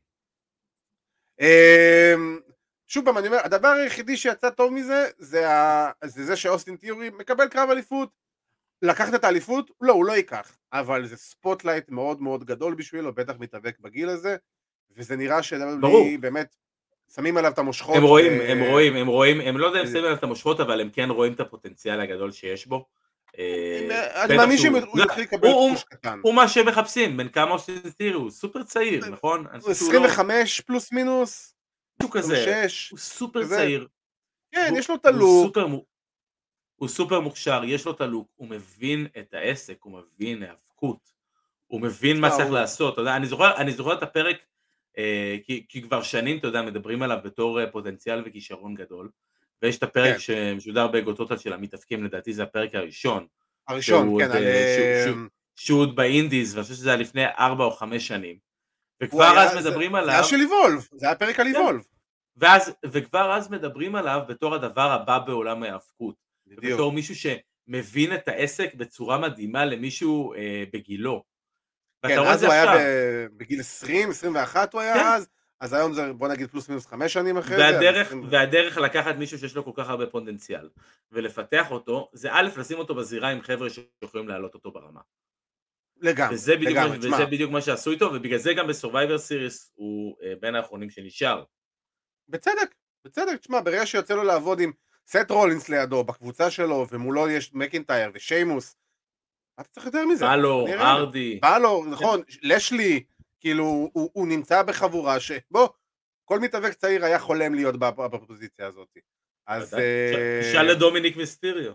שוב פעם, אני אומר, הדבר היחידי שיצא טוב מזה, זה שאוסטין תיאורי מקבל קרב אליפות, לקחת את האליפות? לא, הוא לא ייקח, אבל זה ספוטלייט מאוד מאוד גדול בשבילו, בטח מתאבק בגיל הזה, וזה נראה ברור. באמת שמים עליו את המושכות. הם לא יודע אם שמים עליו את המושכות, אבל הם כן רואים את הפוטנציאל הגדול שיש בו. אני מאמין שהוא יתחיל לקבל פוש קטן. הוא מה שהם מחפשים, בין כמה אוסטין תיאורי, הוא סופר צעיר, נכון? הוא 25 פלוס מינוס, הוא כזה, 26, הוא סופר צעיר. כן, יש לו את הלוק. הוא סופר מוכשר, יש לו את הלוק, הוא מבין את העסק, הוא מבין האבקות, הוא מבין מה צריך לעשות, אתה יודע, אני זוכר את הפרק, כי כבר שנים, אתה יודע, מדברים עליו בתור פוטנציאל וכישרון גדול, ויש את הפרק שמשודר בגוטוטל של המתאבקים, לדעתי זה הפרק הראשון, כן, שהוא עוד באינדיז, ואני חושב שזה היה לפני 4 או 5 שנים, וכבר אז מדברים עליו, זה היה של איבולב, זה היה פרק על איבולב, וכבר אז מדברים עליו בתור הדבר הבא בעולם ההאבקות, בתור מישהו שמבין את העסק בצורה מדהימה למישהו בגילו. כן, אז הוא היה בגיל 20, 21 הוא היה אז היום זה בוא נגיד פלוס מינוס 5 שנים אחרי זה. והדרך לקחת מישהו שיש לו כל כך הרבה פוטנציאל ולפתח אותו, זה א' לשים אותו בזירה עם חבר'ה שיכולים להעלות אותו ברמה. לגמרי. וזה בדיוק מה שעשו איתו, ובגלל זה גם בסורווייבר סיריס הוא בין האחרונים שנשאר. בצדק, תשמע, ברגע שיוצא לו לעבוד עם סט רולינס לידו, בקבוצה שלו, ומולו יש מקינטייר ושיימוס, אתה צריך יותר מזה. בלו, הרדי. בלו, נכון, לשלי, כאילו, הוא נמצא בחבורה שבוא, כל מתאבק צעיר היה חולם להיות בפוזיציה הזאת. אז שאל לדומיניק מיסטריו.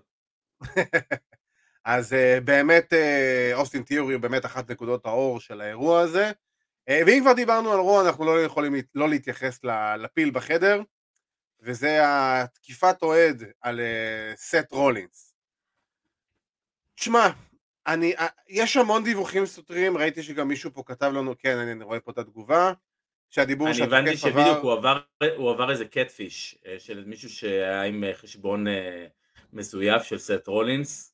אז באמת אוסטין תיאורי הוא באמת אחת נקודות האור של האירוע הזה, ואם כבר דיברנו על רו, אנחנו לא יכולים לא להתייחס לפיל בחדר, וזה התקיפת אוהד על סט רולינס. תשמע, יש המון דיווחים סותרים, ראיתי שגם מישהו פה כתב לנו, כן, אני רואה פה את התגובה, שהדיבור שהתוקף עבר... אני הבנתי שבדיוק הוא עבר איזה קטפיש, של מישהו שהיה עם חשבון מזויף של סט רולינס,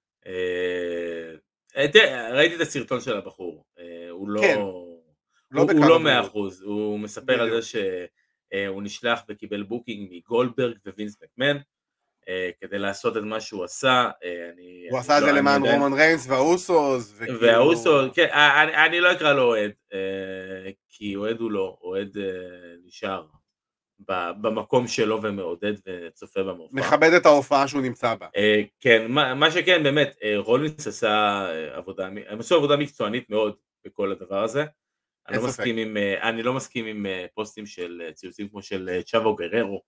ראיתי את הסרטון של הבחור, הוא לא... כן. הוא לא 100%, הוא מספר על זה שהוא נשלח וקיבל בוקינג מגולדברג ווינס מקמן כדי לעשות את מה שהוא עשה. הוא עשה את זה למען רומן ריינס והאוסוס. כן, אני לא אקרא לו אוהד, כי אוהד הוא לא, אוהד נשאר במקום שלו ומעודד וצופה במופע. מכבד את ההופעה שהוא נמצא בה. כן, מה שכן, באמת, רולינס עשה עבודה מקצוענית מאוד בכל הדבר הזה. אני לא מסכים עם פוסטים של ציוצים כמו של צ'אבו גררו,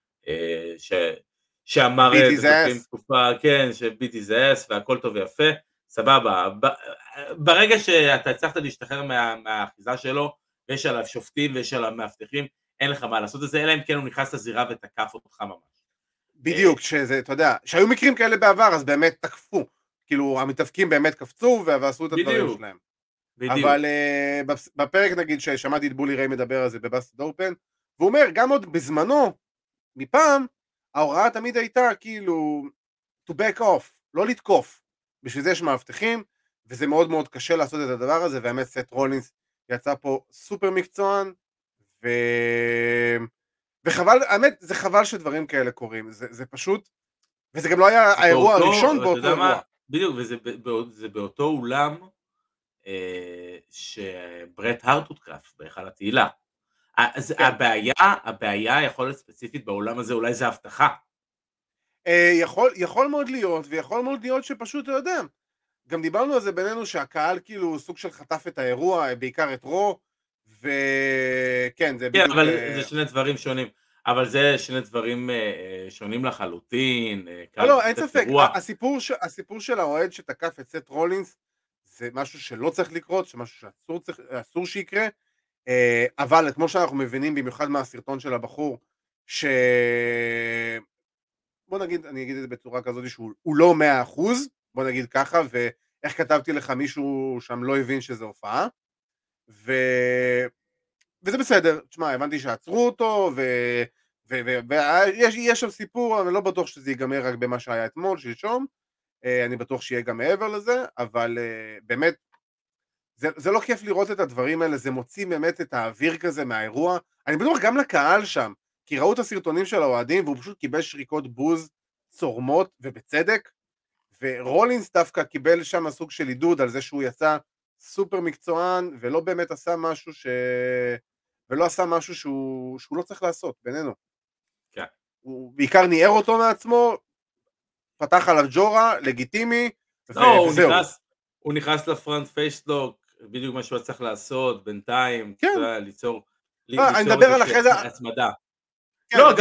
שאמר תקופה, כן, שביטי זה אס והכל טוב ויפה, סבבה. ברגע שאתה הצלחת להשתחרר מהאחיזה שלו, ויש עליו שופטים ויש עליו מאבטחים, אין לך מה לעשות את זה, אלא אם כן הוא נכנס לזירה ותקף אותך ממש. בדיוק, שזה, אתה יודע, שהיו מקרים כאלה בעבר, אז באמת תקפו, כאילו המתאבקים באמת קפצו ועשו את הדברים שלהם. בדיוק. אבל בפרק נגיד ששמעתי את בולי ריי מדבר על זה בבאסטד אופן, והוא אומר גם עוד בזמנו, מפעם, ההוראה תמיד הייתה כאילו to back off, לא לתקוף, בשביל זה יש מאבטחים, וזה מאוד מאוד קשה לעשות את הדבר הזה, והאמת סט רולינס יצא פה סופר מקצוען, וחבל, האמת, זה חבל שדברים כאלה קורים, זה פשוט, וזה גם לא היה האירוע הראשון באותו אירוע. בדיוק, וזה באותו אולם שברט הארט הותקף בהיכל התהילה. אז הבעיה יכול להיות ספציפית באולם הזה, אולי זה הבטחה. יכול מאוד להיות, ויכול מאוד להיות שפשוט, אתה יודע, גם דיברנו על זה בינינו שהקהל כאילו סוג של חטף את האירוע, בעיקר את רו, וכן, זה בדיוק... כן, אבל זה שני דברים שונים. אבל זה שני דברים שונים לחלוטין. לא, אין ספק, הסיפור של האוהד שתקף את סט רולינס, זה משהו שלא צריך לקרות, משהו שאסור שיקרה, אבל כמו שאנחנו מבינים, במיוחד מהסרטון של הבחור, בוא נגיד, אני אגיד את זה בצורה כזאת, שהוא לא 100%, בוא נגיד ככה, ואיך כתבתי לך, מישהו שם לא הבין שזה הופעה, וזה בסדר, תשמע, הבנתי שעצרו אותו, ויש שם סיפור, אני לא בטוח שזה ייגמר רק במה שהיה אתמול, שלשום, אני בטוח שיהיה גם מעבר לזה, אבל באמת, זה לא כיף לראות את הדברים האלה, זה מוציא באמת את האוויר כזה מהאירוע, אני בטוח גם לקהל שם, כי ראו את הסרטונים של האוהדים, והוא פשוט קיבל שריקות בוז צורמות, ובצדק, ורולינס דווקא קיבל שם סוג של עידוד, על זה שהוא יצא סופר מקצוען, ולא באמת עשה משהו ולא עשה משהו שהוא לא צריך לעשות, בינינו. כן. הוא בעיקר ניער אותו מעצמו, פתח עליו ג'ורה, לגיטימי, וזהו. הוא נכנס לפרנט פייסלוק, בדיוק מה שהוא צריך לעשות, בינתיים, כן. ליצור אני מדבר על אחרי זה, הצמדה. כן, לא,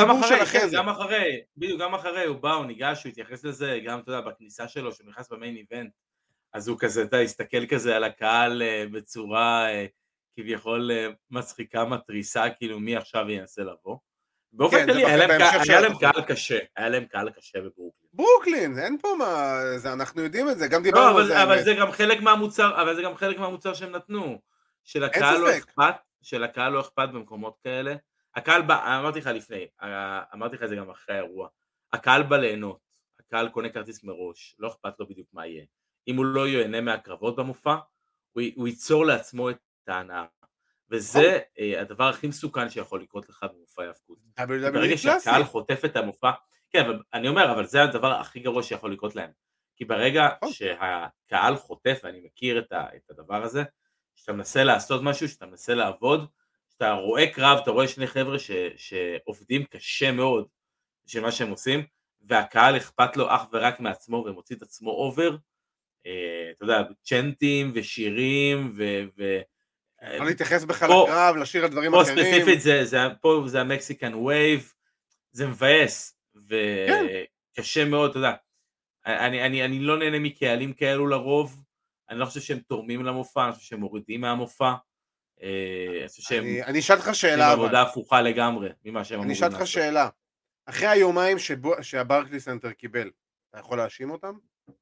גם אחרי, הוא בא, הוא ניגש, הוא התייחס לזה, גם, אתה יודע, בכניסה שלו, שהוא נכנס במיין איבנט, אז הוא כזה, אתה הסתכל כזה על הקהל בצורה כביכול מצחיקה, מטריסה, כאילו מי עכשיו ינסה לבוא. באופן כללי, היה להם קהל קשה בברוקלין. ברוקלין, אין פה מה, אנחנו יודעים את זה, גם דיברנו על זה. אבל זה גם חלק מהמוצר שהם נתנו, שלקהל לא אכפת במקומות כאלה. הקהל בא, אמרתי לך לפני, אמרתי לך את זה גם אחרי האירוע, הקהל בא ליהנות, הקהל קונה כרטיס מראש, לא אכפת לו בדיוק מה יהיה. אם הוא לא ייהנה מהקרבות במופע, הוא ייצור לעצמו את ההנאה. וזה הדבר הכי מסוכן שיכול לקרות לך במופע ההאבקות. ברגע שהקהל חוטף את המופע, כן, אני אומר, אבל זה הדבר הכי גרוע שיכול לקרות להם. כי ברגע שהקהל חוטף, ואני מכיר את הדבר הזה, שאתה מנסה לעשות משהו, שאתה מנסה לעבוד, אתה רואה קרב, אתה רואה שני חבר'ה שעובדים קשה מאוד של מה שהם עושים, והקהל אכפת לו אך ורק מעצמו ומוציא את עצמו אובר, אתה יודע, צ'נטים ושירים לא להתייחס בכלל לקרב, לשיר על דברים אחרים. פה ספציפית, פה זה המקסיקן וייב, זה מבאס, וקשה מאוד, אתה יודע, אני לא נהנה מקהלים כאלו לרוב, אני לא חושב שהם תורמים למופע, אני חושב שהם מורידים מהמופע, אני אשאל לך שאלה, עבודה הפוכה לגמרי ממה שהם אמורים לעשות. אני אשאל לך שאלה, אחרי היומיים שהברקלי סנטר קיבל, אתה יכול להאשים אותם?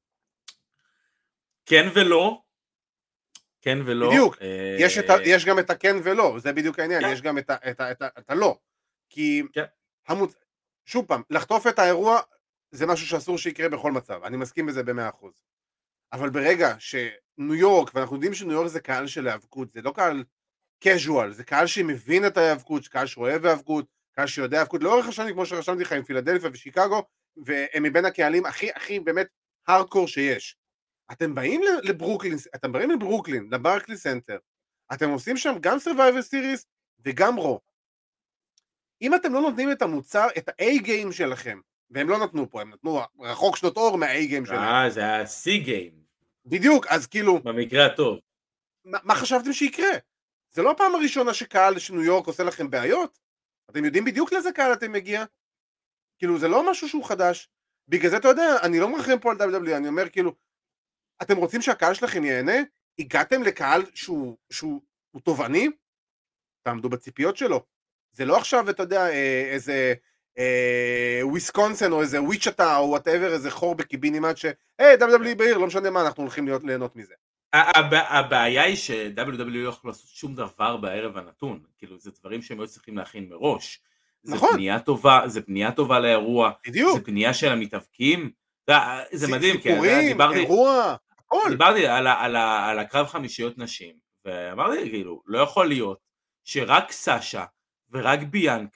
כן ולא. כן ולא. בדיוק, יש גם את הכן ולא, זה בדיוק העניין, יש גם את הלא. כי, שוב פעם, לחטוף את האירוע, זה משהו שאסור שיקרה בכל מצב, אני מסכים בזה ב100%. אבל ברגע שניו יורק, ואנחנו יודעים שניו יורק זה קהל של האבקות, זה לא קהל קז'ואל, זה קהל שמבין את האבקות, קהל שאוהב האבקות, קהל שיודע האבקות, לאורך השנים, כמו שרשמתי לך, עם פילדלפיה ושיקגו, והם מבין הקהלים הכי באמת הארדקור שיש. אתם באים לברוקלין, לברקלי סנטר, אתם עושים שם גם Survivor Series וגם רו. אם אתם לא נותנים את המוצר, את ה-A-game שלכם, והם לא נתנו פה, הם נתנו רחוק שנות אור מה-A-game שלהם. זה ה-C-game. בדיוק, אז כאילו... במקרה הטוב. מה חשבתם שיקרה? זה לא הפעם הראשונה שקהל שניו יורק עושה לכם בעיות? אתם יודעים בדיוק לאיזה קהל אתם מגיע? כאילו, זה לא משהו שהוא חדש. בגלל זה אתה יודע, אני לא מרחם פה על WWE, אני אומר כאילו, אתם רוצים שהקהל שלכם ייהנה? הגעתם לקהל שהוא תובעני? תעמדו בציפיות שלו. זה לא עכשיו, אתה יודע, איזה וויסקונסין או איזה וויצ'טה או whatever, איזה חור בקיבינימט WWE בעיר, לא משנה מה, אנחנו הולכים ליהנות מזה. הבעיה היא ש-WWE לא יכול לעשות שום דבר בערב הנתון, כאילו זה דברים שהם היו צריכים להכין מראש. נכון. זה בנייה טובה לאירוע, זה בנייה של המתאבקים, זה מדהים, סיפורים, אירוע, דיברתי על הקרב חמישיות נשים, ואמרתי כאילו, לא יכול להיות שרק סשה ורק ביאנקה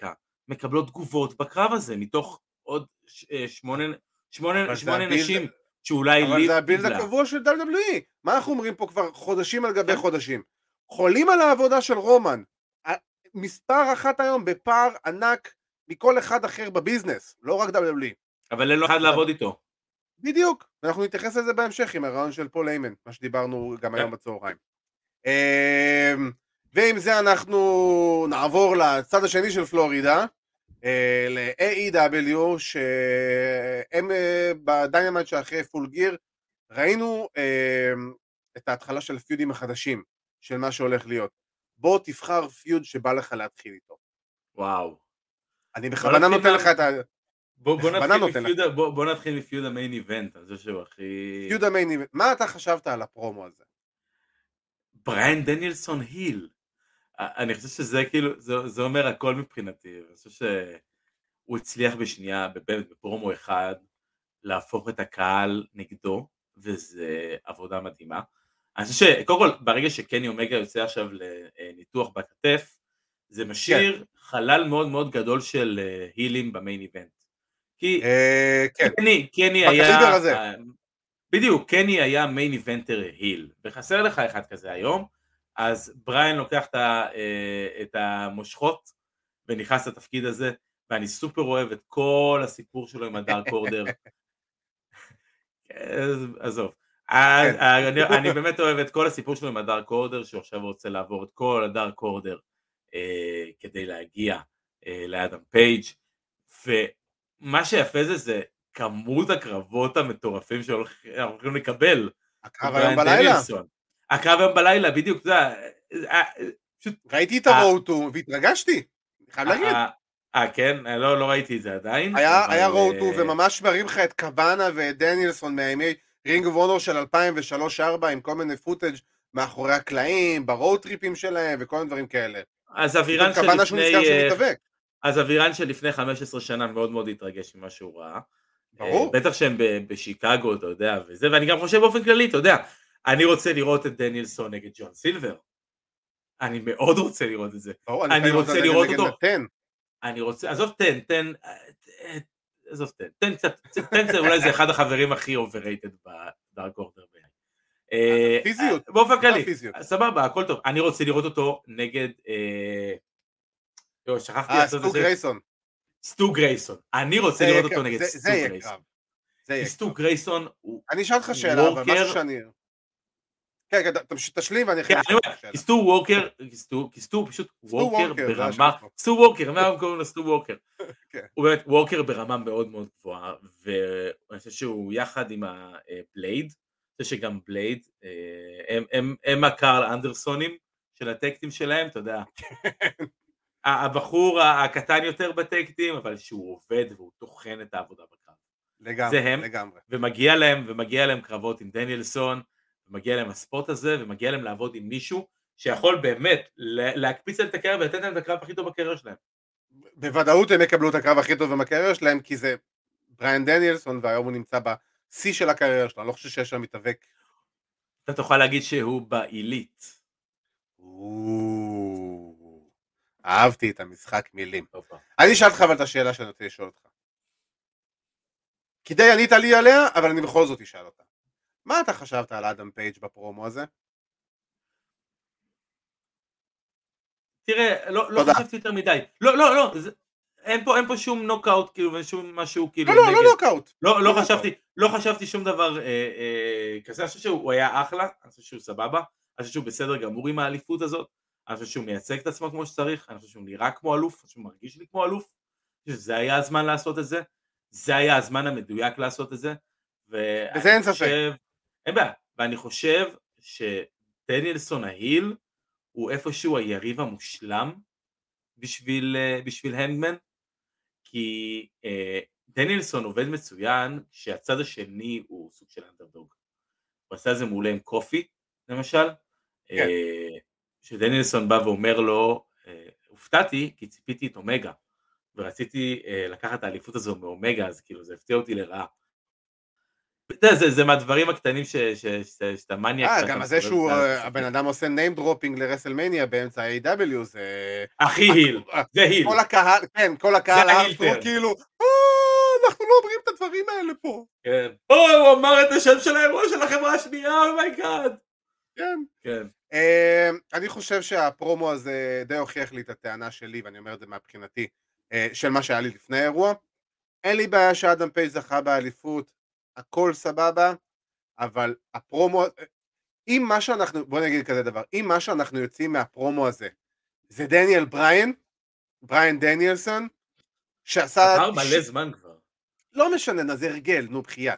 מקבלות תגובות בקרב הזה, מתוך עוד 8 נשים שאולי אבל ליב זה הבילד קיבלה. הקבוע של WWE. מה אנחנו אומרים פה כבר חודשים על גבי חודשים? חולים על העבודה של רומן. מספר אחת היום בפער ענק מכל אחד אחר בביזנס, לא רק WWE. אבל אין לו אחד לעבוד איתו. בדיוק, אנחנו נתייחס לזה בהמשך עם הרעיון של פול היימן, מה שדיברנו גם היום בצהריים. ועם זה אנחנו נעבור לצד השני של פלורידה, ל-AEW, שהם בדיינמייט שאחרי פול גיר, ראינו את ההתחלה של הפיודים החדשים, של מה שהולך להיות. בוא תבחר פיוד שבא לך להתחיל איתו. וואו. אני בכוונה נותן לך את ה... בוא נתחיל מפיוד המיין איבנט, אני חושב שהוא הכי... פיוד המיין איבנט, מה אתה חשבת על הפרומו הזה? בריין דניאלסון היל. אני חושב שזה כאילו, זה אומר הכל מבחינתי, אני חושב שהוא הצליח בשנייה, באמת בפרומו אחד, להפוך את הקהל נגדו, וזה עבודה מדהימה. אני חושב שקודם כל, ברגע שקני אומגה יוצא עכשיו לניתוח בכתף, זה משאיר חלל מאוד מאוד גדול של הילים במיין איבנט. כי קני היה, בדיוק, קני היה מיין איבנטר היל, וחסר לך אחד כזה היום, אז בריין לוקח את המושכות ונכנס לתפקיד הזה, ואני סופר אוהב את כל הסיפור שלו עם הדארק אורדר. עזוב. אני באמת אוהב את כל הסיפור שלו עם הדארק אורדר, שעכשיו רוצה לעבור את כל הדארק אורדר כדי להגיע לאדם פייג', ומה שיפה זה כמות הקרבות המטורפים שאנחנו הולכים לקבל. הקרב היום בלילה. הקרב היום בלילה, בדיוק. ראיתי את הרואוטו והתרגשתי, חייב להגיד. כן, לא ראיתי את זה עדיין. היה רואוטו וממש מראים לך את קבאנה ודניאלסון מהימי רינג אוף אונור של 2003-2004 עם כל מיני פוטאג' מאחורי הקלעים, ברואוטריפים שלהם וכל מיני דברים כאלה. אז אווירן שלפני 15 שנה מאוד מאוד התרגש ממה שהוא ראה. ברור. בטח שהם בשיקגו, אתה יודע, וזה, ואני גם חושב באופן כללי, אתה יודע, אני רוצה לראות את דניאלסון נגד ג'ון סילבר. אני מאוד רוצה לראות את זה. אני רוצה לראות אותו. אני רוצה, עזוב תן קצת, אולי זה אחד החברים הכי overrated בדארק אורדר. פיזיות. באופן כללי, סבבה, הכל טוב. אני רוצה לראות אותו נגד, שכחתי. סטו גרייסון. אני רוצה לראות אותו נגד סטו גרייסון. סטו גרייסון הוא... אני אשאל אותך שאלה, אבל משהו שאני... כן, תשלים ואני אחרי לשאול אותך שאלה. סטו ווקר, כי סטו פשוט ווקר ברמה... סטו ווקר, מה קוראים לו סטו ווקר? הוא באמת ווקר ברמה מאוד מאוד גבוהה, ואני חושב שהוא יחד עם הבלייד, אני חושב שגם בלייד, הם הקארל אנדרסונים של הטקטים שלהם, אתה יודע. הבחור הקטן יותר בטקטים, אבל שהוא עובד והוא תוכן את העבודה בקרב. לגמרי, זה הם, לגמרי. ומגיע להם קרבות עם דניאלסון, ומגיע להם הספוט הזה, ומגיע להם לעבוד עם מישהו שיכול באמת להקפיץ את הקריירה ולתת להם את הקרב הכי טוב בקריירה שלהם. בוודאות הם יקבלו את הקרב הכי טוב בקריירה שלהם, כי זה בריין דניאלסון, והיום הוא נמצא בשיא של הקריירה שלו, אני לא חושב שיש שם מתאבק. אתה תוכל להגיד שהוא בעילית. אהבתי את המשחק מילים. אני אשאל אותך אבל את השאלה שאני רוצה לשאול אותך. כדי ענית לי עליה, אבל אני בכל זאת אשאל אותה. מה אתה חשבת על אדם פייג' בפרומו הזה? תראה, לא חשבתי יותר מדי. לא, אין פה שום נוקאוט, כאילו, ושום משהו, כאילו... לא נוקאוט. לא חשבתי שום דבר כזה, אני חושב שהוא היה אחלה, אני חושב שהוא סבבה, אני חושב שהוא בסדר גמור עם האליפות הזאת, אני חושב שהוא מייצג את עצמו כמו שצריך, אני חושב שהוא נראה כמו אלוף, אני חושב שהוא מרגיש לי כמו אלוף, זה היה הזמן לעשות את זה, זה היה הזמן המדויק לעשות את זה, וזה אין ספק. אין בעיה, ואני חושב שדניאלסון ההיל הוא איפשהו היריב המושלם בשביל הנדמן, כי דניאלסון עובד מצוין שהצד השני הוא סוג של אנדרדוג. הוא עשה את זה מעולה עם קופי, למשל, שדניאלסון בא ואומר לו, הופתעתי כי ציפיתי את אומגה, ורציתי לקחת את האליפות הזו מאומגה, אז כאילו זה הפתיע אותי לרעה. זה מהדברים הקטנים שאתה מניאק. גם זה שהוא, הבן אדם עושה name dropping לרסלמניה באמצע ה-AW, זה... הכי היל, זה היל. כל הקהל, כן, כל הקהל הארטור, כאילו, אנחנו לא אומרים את הדברים האלה פה. כן. הוא אמר את השם של האירוע של החברה השנייה, אומייגאד. כן. אני חושב שהפרומו הזה די הוכיח לי את הטענה שלי, ואני אומר את זה מהבחינתי, של מה שהיה לי לפני האירוע. אין לי בעיה שאדם פייג' זכה באליפות, הכל סבבה, אבל הפרומו, אם מה שאנחנו, בוא נגיד כזה דבר, אם מה שאנחנו יוצאים מהפרומו הזה, זה דניאל בריין דניאלסון, שעשה... עבר מלא זמן כבר. לא משנה, זה הרגל, נו בחייאת.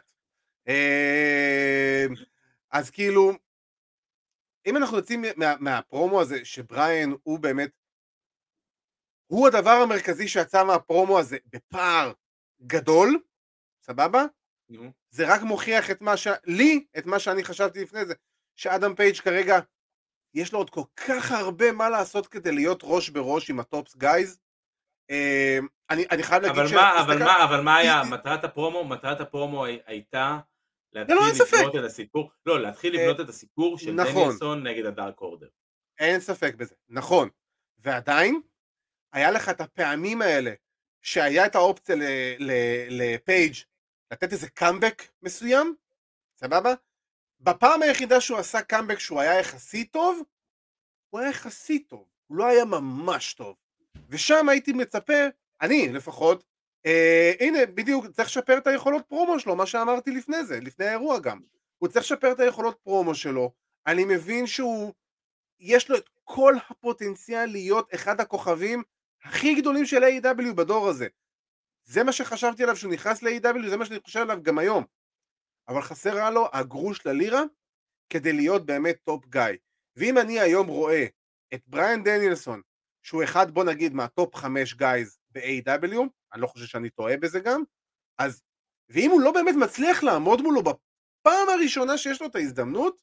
אז כאילו, אם אנחנו יוצאים מהפרומו הזה, שבריין הוא באמת, הוא הדבר המרכזי שיצא מהפרומו הזה, בפער גדול, סבבה? זה רק מוכיח את מה שאני חשבתי לפני זה, שאדם פייג' כרגע, יש לו עוד כל כך הרבה מה לעשות כדי להיות ראש בראש עם הטופס גייז. אני חייב להגיד אבל מה היה? מטרת הפרומו הייתה להתחיל לבנות את הסיפור, להתחיל לבנות את הסיפור של דניאלסון נגד הדארק אורדר. אין ספק בזה, נכון. ועדיין, היה לך את הפעמים האלה, שהיה את האופציה לפייג' לתת איזה קאמבק מסוים, סבבה? בפעם היחידה שהוא עשה קאמבק שהוא היה יחסית טוב, הוא היה יחסית טוב, הוא לא היה ממש טוב. ושם הייתי מצפה, אני לפחות, הנה בדיוק צריך לשפר את היכולות פרומו שלו, מה שאמרתי לפני זה, לפני האירוע גם. הוא צריך לשפר את היכולות פרומו שלו, אני מבין שהוא, יש לו את כל הפוטנציאל להיות אחד הכוכבים הכי גדולים של AEW בדור הזה. זה מה שחשבתי עליו שהוא נכנס ל-AEW, זה מה שאני חושב עליו גם היום. אבל חסר לו הגרוש ללירה, כדי להיות באמת טופ גאי. ואם אני היום רואה את בריין דניאלסון, שהוא אחד בוא נגיד מהטופ 5 גייז ב-AEW, אני לא חושב שאני טועה בזה גם, אז, ואם הוא לא באמת מצליח לעמוד מולו בפעם הראשונה שיש לו את ההזדמנות,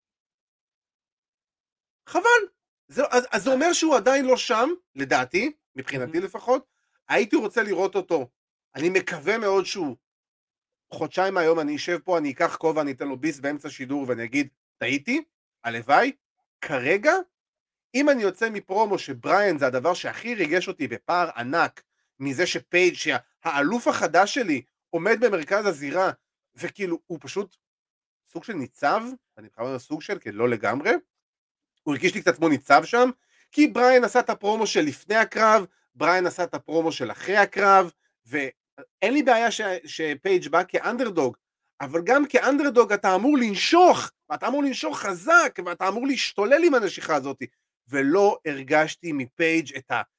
חבל. אז זה אומר שהוא עדיין לא שם, לדעתי, מבחינתי לפחות, הייתי רוצה לראות אותו, אני מקווה מאוד שהוא, חודשיים מהיום אני אשב פה, אני אקח כובע, אני אתן לו ביס באמצע שידור ואני אגיד, טעיתי, הלוואי, כרגע, אם אני יוצא מפרומו שבריין זה הדבר שהכי ריגש אותי בפער ענק, מזה שפייג' שהאלוף החדש שלי עומד במרכז הזירה, וכאילו הוא פשוט סוג של ניצב, אני מתכוון לסוג של, כי לא לגמרי, הוא הרגיש לי קצת כמו ניצב שם, כי בריין עשה את הפרומו של לפני הקרב, בריין עשה את הפרומו של אחרי הקרב, ואין לי בעיה שפייג' בא כאנדרדוג, אבל גם כאנדרדוג אתה אמור לנשוך, ואתה אמור לנשוך חזק, ואתה אמור להשתולל עם הנשיכה הזאת, ולא הרגשתי מפייג' את ה...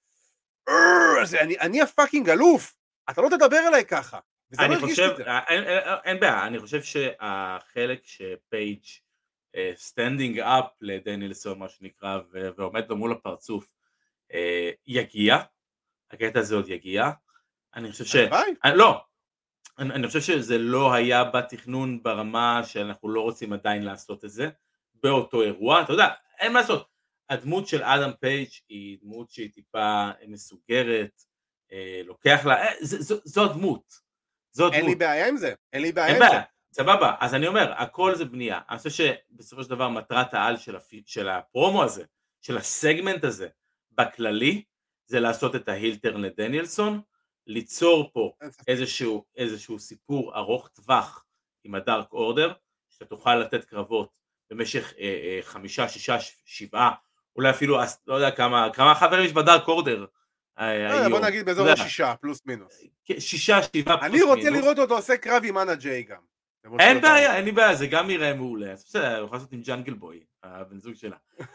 אני הפאקינג אלוף, אתה לא תדבר עליי ככה. אני חושב, אין בעיה, אני חושב שהחלק שפייג' סטנדינג אפ לדניאלסון מה שנקרא, ועומד לו מול הפרצוף, יגיע, הקטע הזה עוד יגיע, אני חושב לא, אני חושב שזה לא היה בתכנון ברמה שאנחנו לא רוצים עדיין לעשות את זה, באותו אירוע, אתה יודע, אין מה לעשות, הדמות של אדם פייג' היא דמות שהיא טיפה מסוגרת, לוקח לה, זו הדמות. אין לי בעיה עם זה, אין לי בעיה עם זה. סבבה, אז אני אומר, הכל זה בנייה, אני חושב שבסופו של דבר מטרת העל של הפרומו הזה, של הסגמנט הזה, בכללי, זה לעשות את ההילטרן לדניאלסון, ליצור פה איזשהו סיפור ארוך טווח עם הדארק אורדר, שאתה תוכל לתת קרבות במשך 5, 6, 7, אולי אפילו, לא יודע כמה חברים יש בדארק אורדר, בוא נגיד באזור 6 פלוס מינוס. 6, 7 פלוס מינוס. אני רוצה לראות אותו עושה קרב עם אנה ג'יי גם. אין בעיה, אין לי בעיה, זה גם יראה מעולה, בסדר, הוא יכול לעשות עם ג'אנגל בוי, הבן זוג שלה.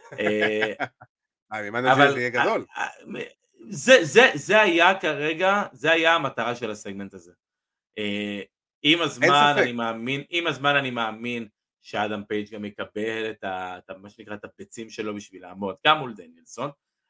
עם אנה ג'יי זה יהיה גדול. זה היה כרגע, זה היה המטרה של הסגמנט הזה. עם הזמן אני מאמין שאדם פייג' גם יקבל את מה שנקרא את הביצים שלו בשביל לעמוד, גם מול דניאלסון,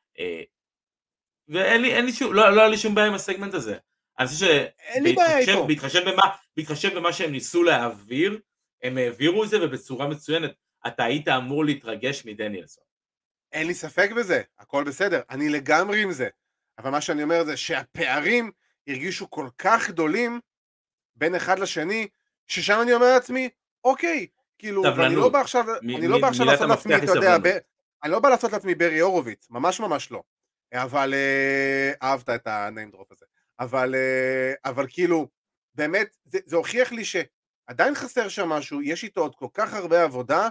ואין לי שום, לא היה לי שום בעיה עם הסגמנט הזה. אני חושב שבהתחשב במה שהם ניסו להעביר, הם העבירו את זה ובצורה מצוינת, אתה היית אמור להתרגש מדניאלסון. אין לי ספק בזה, הכל בסדר, אני לגמרי עם זה, אבל מה שאני אומר זה שהפערים הרגישו כל כך גדולים בין אחד לשני, ששם אני אומר לעצמי, אוקיי, כאילו, ואני לא בא עכשיו, לעשות לעצמי, אתה יודע, אני לא בא לעשות לעצמי ברי הורוביץ, ממש ממש לא, אבל, אהבת את הניים דרופ הזה, אבל כאילו, באמת, זה הוכיח לי שעדיין חסר שם משהו, יש איתו עוד כל כך הרבה עבודה,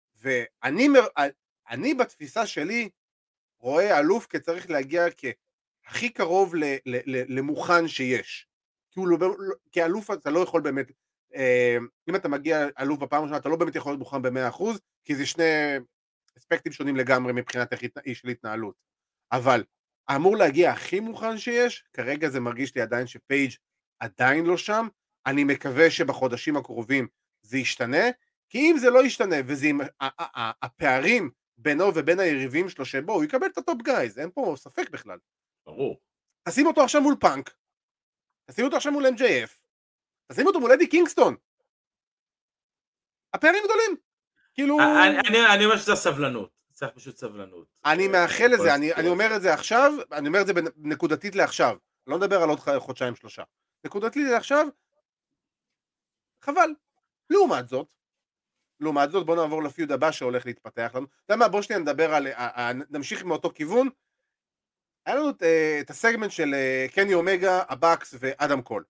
ואני בתפיסה שלי, רואה אלוף כצריך להגיע הכי קרוב למוכן שיש, כי אלוף אתה לא יכול באמת, אם אתה מגיע אלוף בפעם ראשונה, אתה לא באמת יכול להיות מוכן ב100%, כי זה שני אספקטים שונים לגמרי מבחינת של התנהלות, אבל אמור להגיע הכי מוכן שיש, כרגע זה מרגיש לי עדיין שפייג' עדיין לא שם, אני מקווה שבחודשים הקרובים זה ישתנה, כי אם זה לא ישתנה, וזה הפערים בינו ובין היריבים שלו, שבו הוא יקבל את הטופ גייז, אין פה ספק בכלל. ברור. תשים אותו עכשיו מול פאנק, תשים אותו עכשיו מול MJF, תשים אותו מול אדי קינגסטון, הפערים גדולים, כאילו... אני אומר שזה סבלנות, צריך פשוט סבלנות. אני מאחל לזה, אני אומר את זה עכשיו, אני אומר את זה נקודתית לעכשיו, לא מדבר על עוד חודשיים שלושה, נקודתית לעכשיו, חבל. לעומת זאת, בוא נעבור לפיוד הבא שהולך להתפתח לנו, אתה יודע מה, בוא שנייה נדבר על, נמשיך מאותו כיוון, היה לנו את הסגמנט של קני אומגה, הבאקס ואדם קול,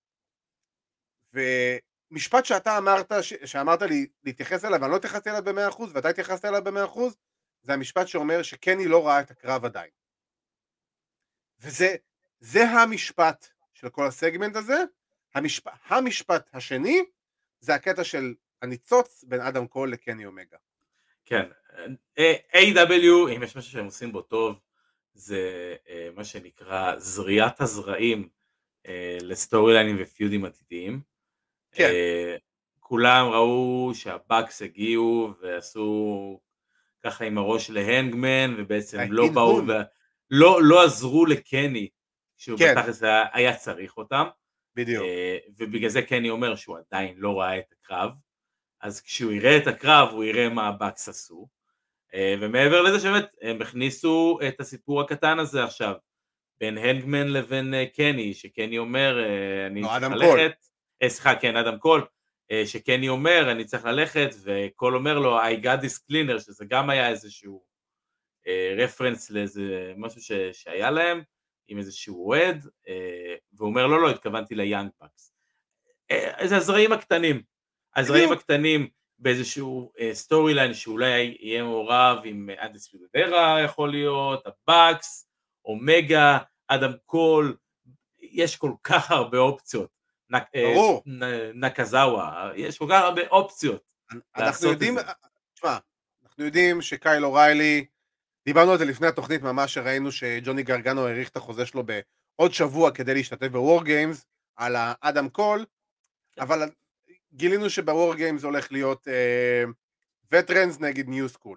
ומשפט שאתה שאמרת לי להתייחס אליו, ואני לא התייחסתי אליו ב100%, ואתה התייחסת אליו ב100%, זה המשפט שאומר שקני לא ראה את הקרב עדיין, וזה המשפט של כל הסגמנט הזה. המשפט השני, זה הקטע של הניצוץ בין אדם קול לקני אומגה. כן, AW, אם יש משהו שהם עושים בו טוב, זה מה שנקרא זריעת הזרעים לסטורי ליינים ופיודים עתידיים. כן. כולם ראו שהבאקס הגיעו ועשו ככה עם הראש להנגמן, ובעצם לא באו לא עזרו לקני, שהוא בתכלס היה צריך אותם. בדיוק. ובגלל זה קני אומר שהוא עדיין לא ראה את הקרב, אז כשהוא יראה את הקרב הוא יראה מה הבאקס עשו, ומעבר לזה שבאמת הם הכניסו את הסיפור הקטן הזה עכשיו, בין הנגמן לבין קני, שקני אומר אני צריך ללכת, אדם קול, שקני אומר אני צריך ללכת, וקול אומר לו I got this cleaner, שזה גם היה איזשהו רפרנס לאיזה משהו שהיה להם, עם איזשהו אוהד, והוא אומר לא, התכוונתי ליאנג בקס. איזה הזרעים הקטנים, באיזשהו סטורי ליין שאולי יהיה מעורב עם אנדיספיוטד ארה, יכול להיות, הבקס, אומגה, אדם קול, יש כל כך הרבה אופציות. נקזאווה, יש כל כך הרבה אופציות. אנחנו יודעים שקיילו ריילי, דיברנו על זה לפני התוכנית ממש, שראינו שג'וני גרגנו העריך את החוזה שלו בעוד שבוע כדי להשתתף בוור גיימס על האדם קול, אבל גילינו שבוור גיימס הולך להיות וטרנס נגד ניו סקול,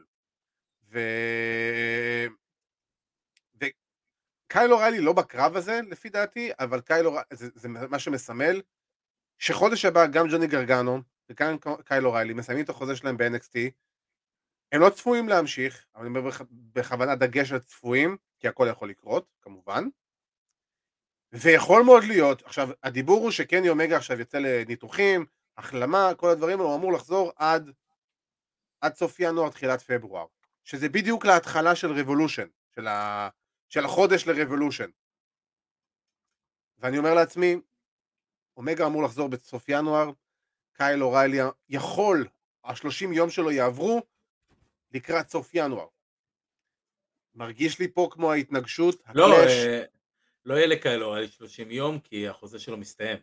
וקיילו ריילי לא בקרב הזה לפי דעתי, אבל זה מה שמסמל שחודש הבא גם ג'וני גרגנו וגם קיילו ריילי מסיימים את החוזה שלהם ב-NXT, הם לא צפויים להמשיך, אבל אני אומר בכוונה דגש על צפויים, כי הכל יכול לקרות, כמובן, ויכול מאוד להיות, עכשיו הדיבור הוא שקני אומגה עכשיו יצא לניתוחים, החלמה, כל הדברים האלה, הוא אמור לחזור עד סוף ינואר, תחילת פברואר, שזה בדיוק להתחלה של רבולושן, של החודש לרבולושן, ואני אומר לעצמי, אומגה אמור לחזור בסוף ינואר, קיילו ריילי יכול, 30 יום שלו יעברו, לקראת סוף ינואר. מרגיש לי פה כמו ההתנגשות, לא יהיה לקיילו ריילי 30 יום, כי החוזה שלו מסתיים.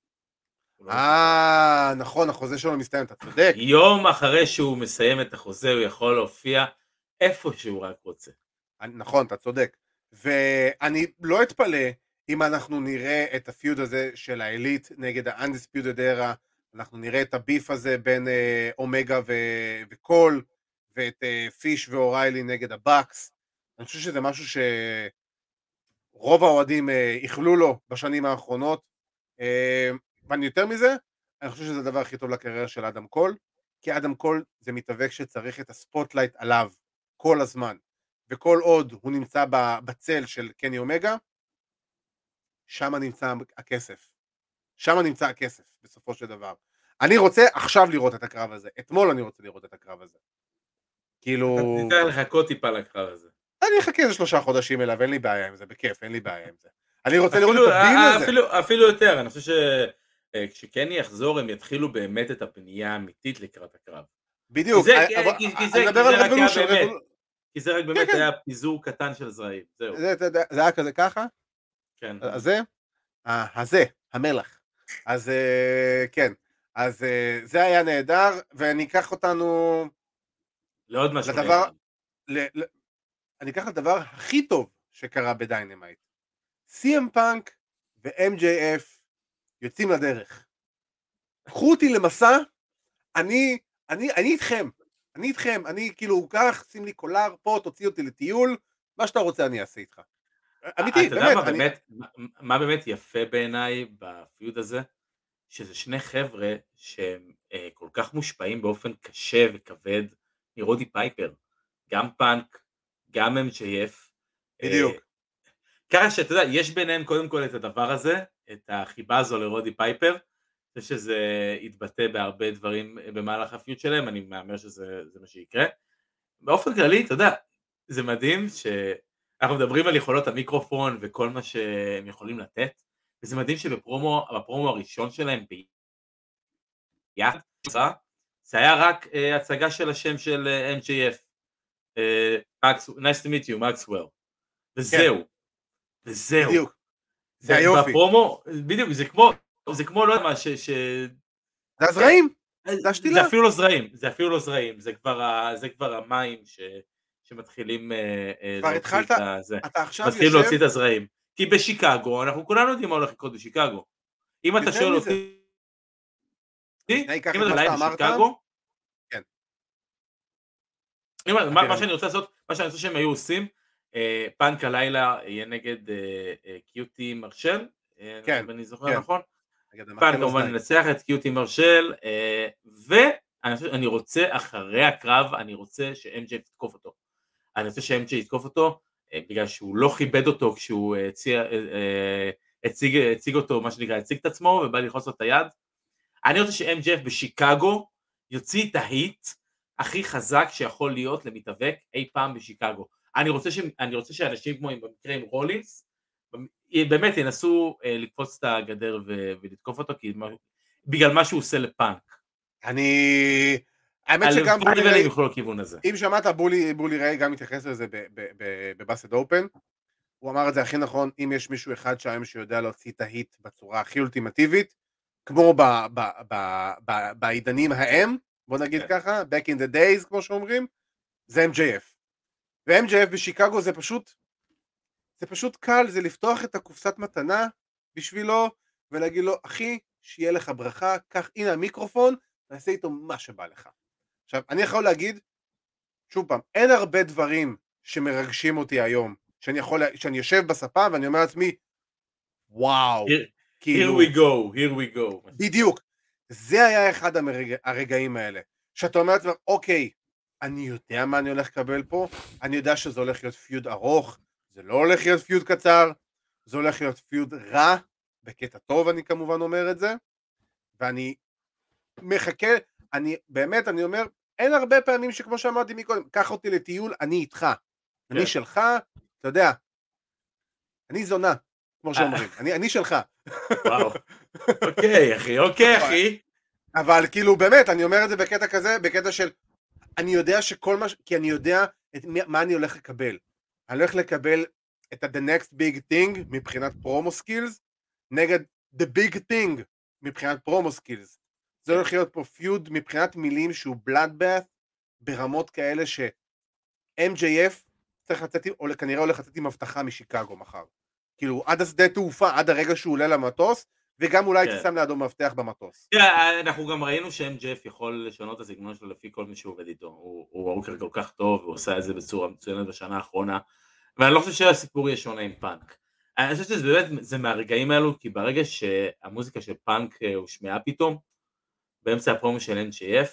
נכון, החוזה שלו מסתיים, אתה צודק. יום אחרי שהוא מסיים את החוזה, הוא יכול להופיע איפה שהוא רק רוצה. נכון, אתה צודק. ואני לא אתפלא אם אנחנו נראה את הפיוד הזה של האליט נגד ה-Undisputed Era, אנחנו נראה את הביף הזה בין אומגה וקול, ואת פיש ואוריילי נגד הבאקס. אני חושב שזה משהו שרוב האוהדים יכלו לו בשנים האחרונות, ואני יותר מזה, אני חושב שזה הדבר הכי טוב לקריירה של אדם קול, כי אדם קול זה מתאבק שצריך את הספוטלייט עליו כל הזמן, וכל עוד הוא נמצא בצל של קני אומגה, שם נמצא הכסף בסופו של דבר. אני רוצה עכשיו לראות את הקרב הזה, אתמול אני רוצה לראות את הקרב הזה. כאילו... אתה תצטרך לחכות טיפה לקרב הזה. אני אחכה איזה 3 חודשים אליו, אין לי בעיה עם זה, בכיף, אין לי בעיה עם זה. אני רוצה לראות את הביל הזה. אפילו יותר, אני חושב שכשקני יחזור, הם יתחילו באמת את הפנייה האמיתית לקראת הקרב. בדיוק, אני מדבר על רבולושן. כי זה רק באמת היה פיזור קטן של זרעים, זהו. זה היה כזה ככה? כן. הזה, המלח. אז כן, אז זה היה נהדר, ואני אקח אותנו... לעוד משהו. אני אקח לדבר הכי טוב שקרה בדיינמייט. CM פאנק ו-MJF יוצאים לדרך. קחו אותי למסע, אני איתכם, אני כאילו כך, שים לי קולר פה, תוציא אותי לטיול, מה שאתה רוצה אני אעשה איתך. אמיתי, באמת. מה באמת יפה בעיניי בפיוד הזה, שזה שני חבר'ה שהם כל כך מושפעים באופן קשה וכבד מרודי פייפר, גם פאנק, גם MJF. בדיוק. ככה שאתה יודע, יש ביניהם קודם כל את הדבר הזה, את החיבה הזו לרודי פייפר, שזה יתבטא בהרבה דברים במהלך הפיוט שלהם, אני מאמר שזה מה שיקרה. באופן כללי, אתה יודע, זה מדהים שאנחנו מדברים על יכולות המיקרופון וכל מה שהם יכולים לתת, וזה מדהים שבפרומו הראשון שלהם ביחד, זה היה רק הצגה של השם של MJF, nice to meet you, Maxwell, וזהו. בדיוק. זה היופי. בפרומו, בדיוק, זה כמו לא יודע מה זה הזרעים, זה השתילה. זה אפילו לא זרעים, זה כבר המים שמתחילים להוציא את הזרעים. כי בשיקגו, אנחנו כולנו יודעים מה הולך לקרות בשיקגו. אם אתה שואל אותי, אם אתה ליין בשיקגו, מה שאני רוצה לעשות, מה שאני רוצה שהם היו עושים, פאנק הלילה יהיה נגד קיוטי מרשל, אני זוכר נכון? פאנק כמובן ננצח את קיוטי מרשל, ואני רוצה אחרי הקרב, אני רוצה ש-MJ יתקוף אותו. אני רוצה ש-MJ יתקוף אותו, בגלל שהוא לא כיבד אותו כשהוא הציג אותו, מה שנקרא, הציג את עצמו, ובא ללחוץ לו את היד. אני רוצה ש-MJ בשיקגו יוציא את ההיט הכי חזק שיכול להיות למתאבק אי פעם בשיקגו. אני רוצה שאנשים כמו במקרה עם רולינס, באמת ינסו לקפוץ את הגדר ולתקוף אותו, בגלל מה שהוא עושה לפאנק. האמת שגם בולי ריי יוכלו לכיוון הזה. אם שמעת, בולי ריי גם מתייחס לזה בבאסד אופן, הוא אמר את זה הכי נכון, אם יש מישהו אחד שהיום שיודע להוציא את ההיט בצורה הכי אולטימטיבית, כמו בעידנים ההם, בוא נגיד ככה, back in the days כמו שאומרים, זה MJF. ו-MJF בשיקגו זה פשוט קל, זה לפתוח את הקופסת מתנה בשבילו, ולהגיד לו, אחי, שיהיה לך ברכה, קח, הנה המיקרופון, תעשה איתו מה שבא לך. עכשיו, אני יכול להגיד, שוב פעם, אין הרבה דברים שמרגשים אותי היום, שאני יושב בספה ואני אומר לעצמי, וואו. Here we go. בדיוק. זה היה אחד הרגעים האלה, שאתה אומר לעצמך, אוקיי, אני יודע מה אני הולך לקבל פה, אני יודע שזה הולך להיות פיוד ארוך, זה לא הולך להיות פיוד קצר, זה הולך להיות פיוד רע, בקטע טוב אני כמובן אומר את זה, ואני מחכה, אני אומר, אין הרבה פעמים שכמו שאמרתי מקודם, קח אותי לטיול, אני איתך, אני שלך, אתה יודע, אני זונה, כמו שאומרים, אני שלך. וואו, אוקיי אחי. אבל כאילו באמת, אני אומר את זה בקטע כזה, בקטע של, אני יודע שכל מה, כי אני יודע מה אני הולך לקבל. אני הולך לקבל את the next big thing מבחינת פרומו סקילס, נגד the big thing מבחינת פרומו סקילס. זה הולך להיות פה פיוד מבחינת מילים שהוא bloodbath, ברמות כאלה ש-MJF צריך לצאת, או כנראה הולך לצאת עם הבטחה משיקגו מחר. כאילו עד השדה תעופה, עד הרגע שהוא עולה למטוס, וגם אולי תשם לידו מפתח במטוס. אנחנו גם ראינו ש-MJF יכול לשנות את הסגנון שלו לפי כל מי שהוא עובד איתו. הוא רוקר כל כך טוב, הוא עושה את זה בצורה מצוינת בשנה האחרונה, ואני לא חושב שהסיפור יהיה שונה עם פאנק. אני חושב שזה באמת, זה מהרגעים האלו, כי ברגע שהמוזיקה של פאנק הושמעה פתאום, באמצע הפרומו של MJF,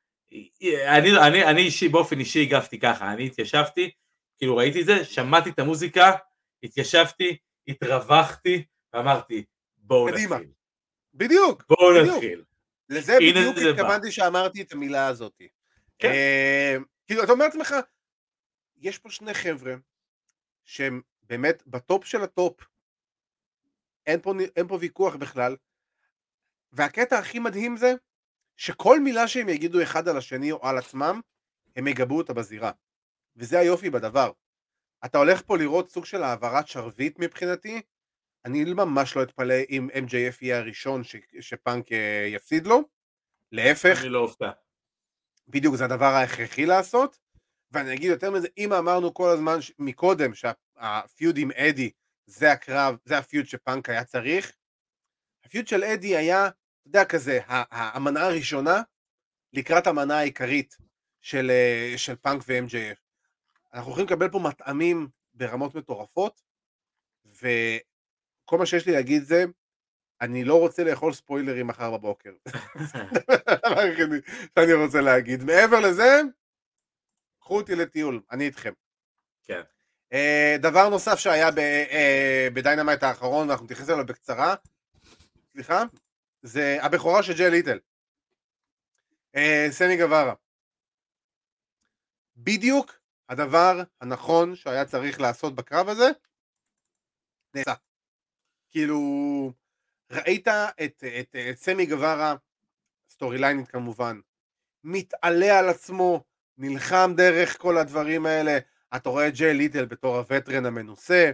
אני באופן אישי הגבתי ככה, אני התיישבתי, כאילו ראיתי את זה, שמעתי את המוזיקה, התיישבתי, התרווחתי, ואמרתי, בואו נתחיל. בדיוק. בואו נתחיל. לזה בדיוק התכוונתי שאמרתי את המילה הזאת. כאילו, אתה אומר לעצמך, יש פה שני חבר'ה, שהם באמת בטופ של הטופ, אין פה ויכוח בכלל, והקטע הכי מדהים זה, שכל מילה שהם יגידו אחד על השני או על עצמם, הם יגבו אותה בזירה. וזה היופי בדבר. אתה הולך פה לראות סוג של העברת שרביט מבחינתי, אני ממש לא אתפלא אם MJF יהיה הראשון שפאנק יפסיד לו, להפך. אני לא אופתע. בדיוק, זה הדבר ההכרחי לעשות, ואני אגיד יותר מזה, אם אמרנו כל הזמן מקודם שהפיוד עם אדי זה הקרב, זה הפיוד שפאנק היה צריך, הפיוד של אדי היה, אתה יודע כזה, המנה הראשונה לקראת המנה העיקרית של פאנק ו-MJF. אנחנו יכולים לקבל פה מטעמים ברמות מטורפות, וכל מה שיש לי להגיד זה, אני לא רוצה לאכול ספוילרים מחר בבוקר. אני רוצה להגיד. מעבר לזה, קחו אותי לטיול, אני איתכם. כן. דבר נוסף שהיה בדיינמייט האחרון, ואנחנו נתייחס אליו בקצרה, סליחה, זה הבכורה של ג'יי ליטל. סמי גווארה. בדיוק הדבר הנכון שהיה צריך לעשות בקרב הזה, נעשה. כאילו, ראית את סמי גווארה, סטורי ליינית כמובן, מתעלה על עצמו, נלחם דרך כל הדברים האלה, אתה רואה את ג'יי ליטל בתור הווטרן המנוסה,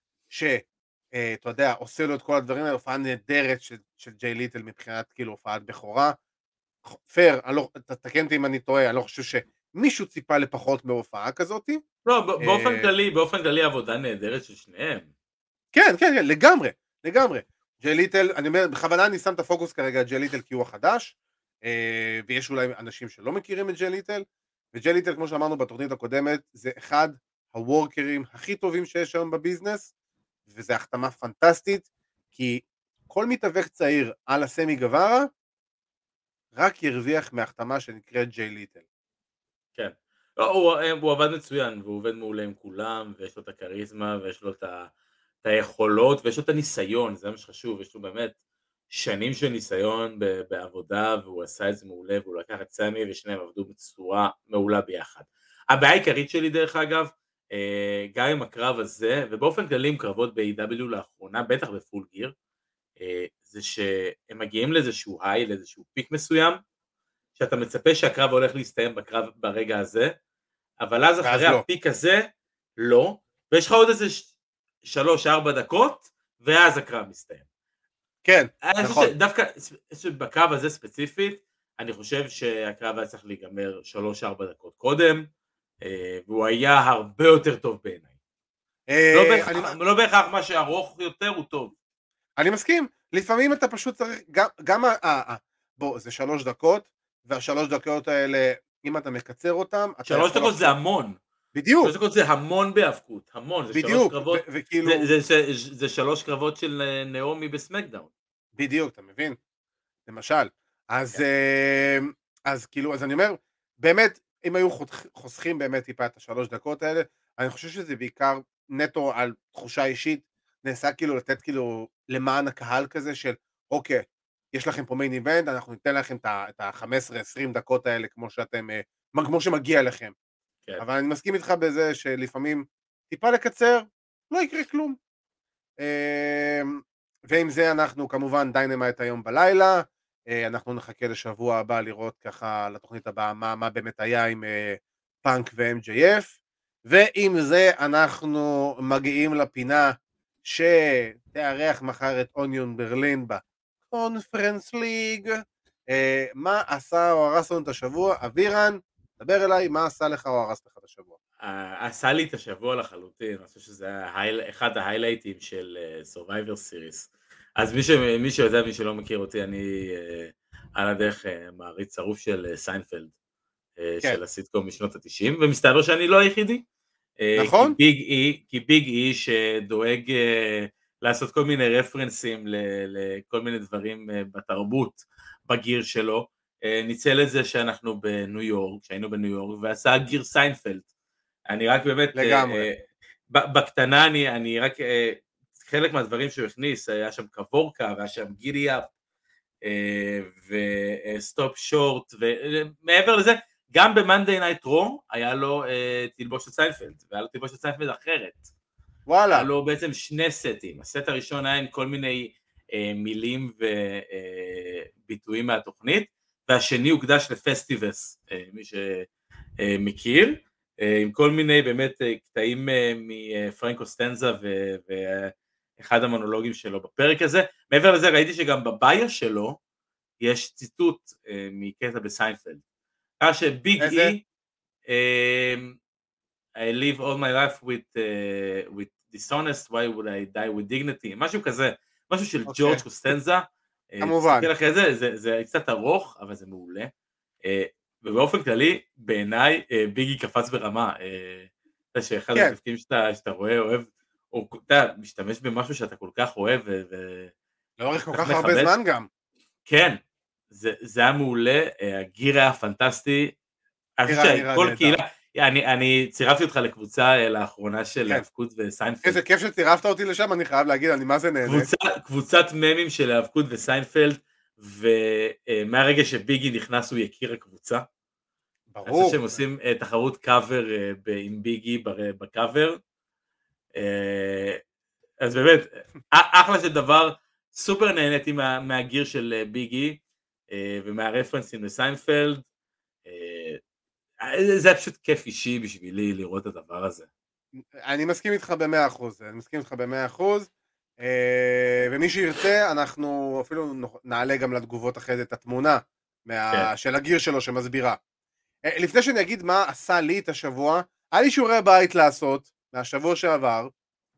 שאתה יודע, עושה לו את כל הדברים האלה, הופעה נהדרת של ג'יי ליטל מבחינת כאילו הופעת בכורה, פייר, תתקן אותי אם אני טועה, אני לא חושב שמישהו ציפה לפחות מהופעה כזאת. לא, באופן כללי עבודה נהדרת של שניהם. כן, לגמרי. ג'יי ליטל, אני אומר, בכוונה אני שם את הפוקוס כרגע, ג'יי ליטל כי הוא החדש, ויש אולי אנשים שלא מכירים את ג'יי ליטל, וג'יי ליטל, כמו שאמרנו בתוכנית הקודמת, זה אחד הוורקרים הכי טובים שיש היום בביזנס, וזו החתמה פנטסטית, כי כל מתווך צעיר על הסמי גווארה, רק ירוויח מהחתמה שנקראת ג'יי ליטל. כן. הוא עבד מצוין, והוא עובד מעולה עם כולם, ויש לו את הקריזמה, ויש לו את היכולות, ויש לו את הניסיון, זה מה שחשוב, יש לו באמת שנים של ניסיון בעבודה, והוא עשה את זה מעולה, והוא לקח את סמי, ושניהם עבדו בצורה מעולה ביחד. הבעיה העיקרית שלי דרך אגב, גם עם הקרב הזה, ובאופן כללי עם קרבות ב-AW לאחרונה, בטח בפול גיר, זה שהם מגיעים לאיזשהו היי, לאיזשהו פיק מסוים, שאתה מצפה שהקרב הולך להסתיים ברגע הזה, אבל אז אחרי הפיק הזה, לא, ויש לך עוד איזה 3-4 דקות, ואז הקרב מסתיים. כן, נכון. דווקא בקרב הזה ספציפית, אני חושב שהקרב היה צריך להיגמר 3-4 דקות קודם, והוא היה הרבה יותר טוב בעיניי. לא בהכרח מה שארוך יותר הוא טוב. אני מסכים, לפעמים אתה פשוט צריך, גם בוא, זה 3 דקות, וה3 דקות האלה, אם אתה מקצר אותם, 3 דקות זה המון. בדיוק. 3 דקות זה המון בהאבקות, המון, זה 3 קרבות, זה 3 קרבות של נעמי בסמקדאון. בדיוק, אתה מבין? למשל. אז כאילו, אז אני אומר, באמת, אם היו חוסכים באמת טיפה את ה3 דקות האלה, אני חושב שזה בעיקר נטו על תחושה אישית, נעשה כאילו לתת כאילו למען הקהל כזה של, אוקיי, יש לכם פה מיין איבנט, אנחנו ניתן לכם את ה-15-20 דקות האלה כמו שמגיע לכם. כן. אבל אני מסכים איתך בזה שלפעמים טיפה לקצר, לא יקרה כלום. ועם זה אנחנו כמובן דיינמייט היום בלילה, אנחנו נחכה לשבוע הבא לראות ככה לתוכנית הבאה מה באמת היה עם פאנק ו-MJF, ועם זה אנחנו מגיעים לפינה שתארח מחר את אוניון ברלין בקונפרנס ליג. מה עשה או הרס לנו את השבוע? אבירן, דבר אליי, מה עשה לך או הרס לך את השבוע? עשה לי את השבוע לחלוטין, אני חושב שזה אחד ההיילייטים של Survivor Series. אז מי שיודע, מי שלא מכיר אותי, אני על הדרך מעריץ צרוף של סיינפלד, של הסיטקום משנות ה-90, ומסתבר שאני לא היחידי. נכון? כי ביג אי שדואג לעשות כל מיני רפרנסים לכל מיני דברים בתרבות בגיר שלו, ניצל את זה שאנחנו בניו יורק, שהיינו בניו יורק, ועשה גיר סיינפלד. אני רק באמת, בקטנה אני רק, חלק מהדברים שהוא הכניס, היה שם קבורקה, והיה שם גידי אפ, וסטופ שורט, ומעבר לזה, גם במאנדיי נייט רו היה לו תלבושת סיינפלד, והיה לו תלבושת סיינפלד אחרת. וואלה. היה לו בעצם שני סטים, הסט הראשון היה עם כל מיני מילים וביטויים מהתוכנית, והשני הוקדש לפסטיבס, מי שמכיר, עם כל מיני באמת קטעים מפרנק אוסטנזה ואחד המונולוגים שלו בפרק הזה. מעבר לזה ראיתי שגם בביו שלו יש ציטוט מקטע בסיינפלד, כך שביג אי, I live all my life with dishonest, why would I die with dignity, משהו כזה, משהו של ג'ורג' קוסטנזה, כמובן. תסתכל אחרי זה, זה קצת ארוך, אבל זה מעולה, ובאופן כללי, בעיניי, ביגי קפץ ברמה, שאחד הדפקים שאתה רואה, אוהב, או אתה משתמש במשהו שאתה כל כך אוהב, לאורך כל כך הרבה זמן גם. כן, זה היה מעולה, הגיר היה פנטסטי, כל קהילה, אני צירפתי אותך לקבוצה לאחרונה של האבקות וסיינפלד. איזה כיף שצירפת אותי לשם, אני חייב להגיד, אני מה זה נהנה. קבוצת ממים של האבקות וסיינפלד, ומהרגע שביגי נכנס הוא יכיר הקבוצה. ברור. אני חושב שהם עושים תחרות קאבר עם ביגי בקאבר. אז באמת, אחלה של דבר, סופר נהניתי מהגיר של ביגי, ומהרפרנסים לסיינפלד. זה פשוט כיף אישי בשבילי לראות את הדבר הזה. אני מסכים איתך ב100%, ומי שירצה אנחנו אפילו נעלה גם לתגובות אחרי זה את התמונה של הגיר שלו שמסבירה. לפני שאני אגיד מה עשה לי את השבוע, היה לי שיעורי בית לעשות מהשבוע שעבר.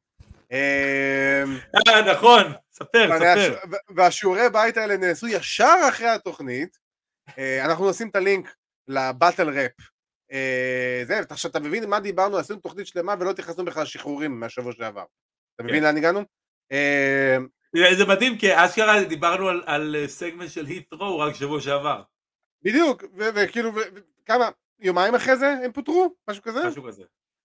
נכון, ספר. והשיעורי בית האלה נעשו ישר אחרי התוכנית, אנחנו נשים את הלינק לבטל ראפ, זה, אתה מבין מה דיברנו, עשינו תוכנית שלמה ולא תיחסנו בכלל שחרורים מהשבוע שעבר, אתה מבין לאן הגענו? זה מדהים, כי אשכרה דיברנו על סגמנט של היט רו רק שבוע שעבר. בדיוק, וכאילו, כמה, יומיים אחרי זה הם פוטרו, משהו כזה? משהו כזה.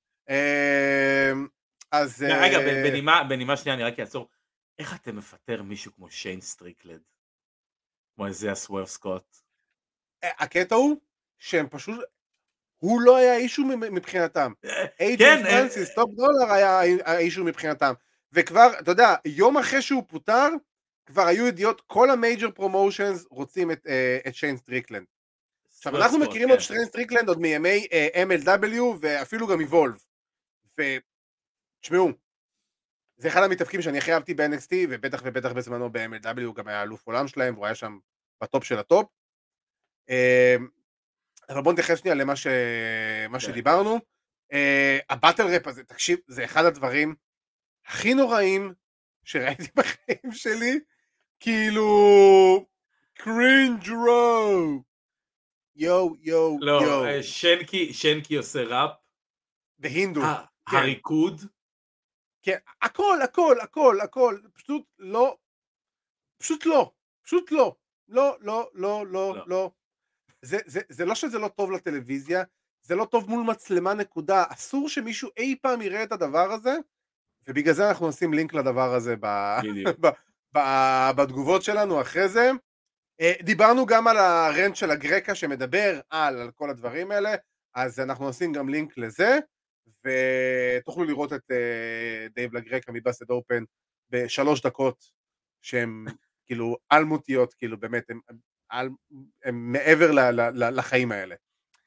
אז... רגע, בנימה שנייה אני רק אעצור, איך אתם מפטר מישהו כמו שיין סטריקלד? כמו איזה הסוורף סקוט? הקטע הוא שהם פשוט, הוא לא היה אישו מבחינתם. אייג'ן פרנסיס, טופ דולר היה האישו מבחינתם. וכבר, אתה יודע, יום אחרי שהוא פוטר, כבר היו ידיעות, כל המייג'ר פרומושנס רוצים את שיין סטריקלנד. עכשיו, אנחנו מכירים עוד שיין סטריקלנד עוד מימי MLW ואפילו גם מוולב. ותשמעו, זה אחד המתאבקים שאני הכי אהבתי ב-NXT, ובטח בזמנו ב-MLW, הוא גם היה אלוף עולם שלהם, והוא היה שם בטופ של הטופ. אבל בואו נתייחס שנייה למה שדיברנו. הבטל ראפ הזה, תקשיב, זה אחד הדברים הכי נוראים שראיתי בחיים שלי, כאילו קרינג' רו, יו. לא, שנקי עושה ראפ. בהינדו. הריקוד. כן, הכל, פשוט לא. לא. זה לא שזה לא טוב לטלוויזיה, זה לא טוב מול מצלמה נקודה, אסור שמישהו אי פעם יראה את הדבר הזה, ובגלל זה אנחנו נשים לינק לדבר הזה בתגובות שלנו אחרי זה. דיברנו גם על הרנט של הגרקה שמדבר על כל הדברים האלה, אז אנחנו נשים גם לינק לזה, ותוכלו לראות את דייב לגרקה מבאסד אופן ב3 דקות, שהם כאילו אלמותיות, כאילו באמת, הם מעבר לחיים האלה.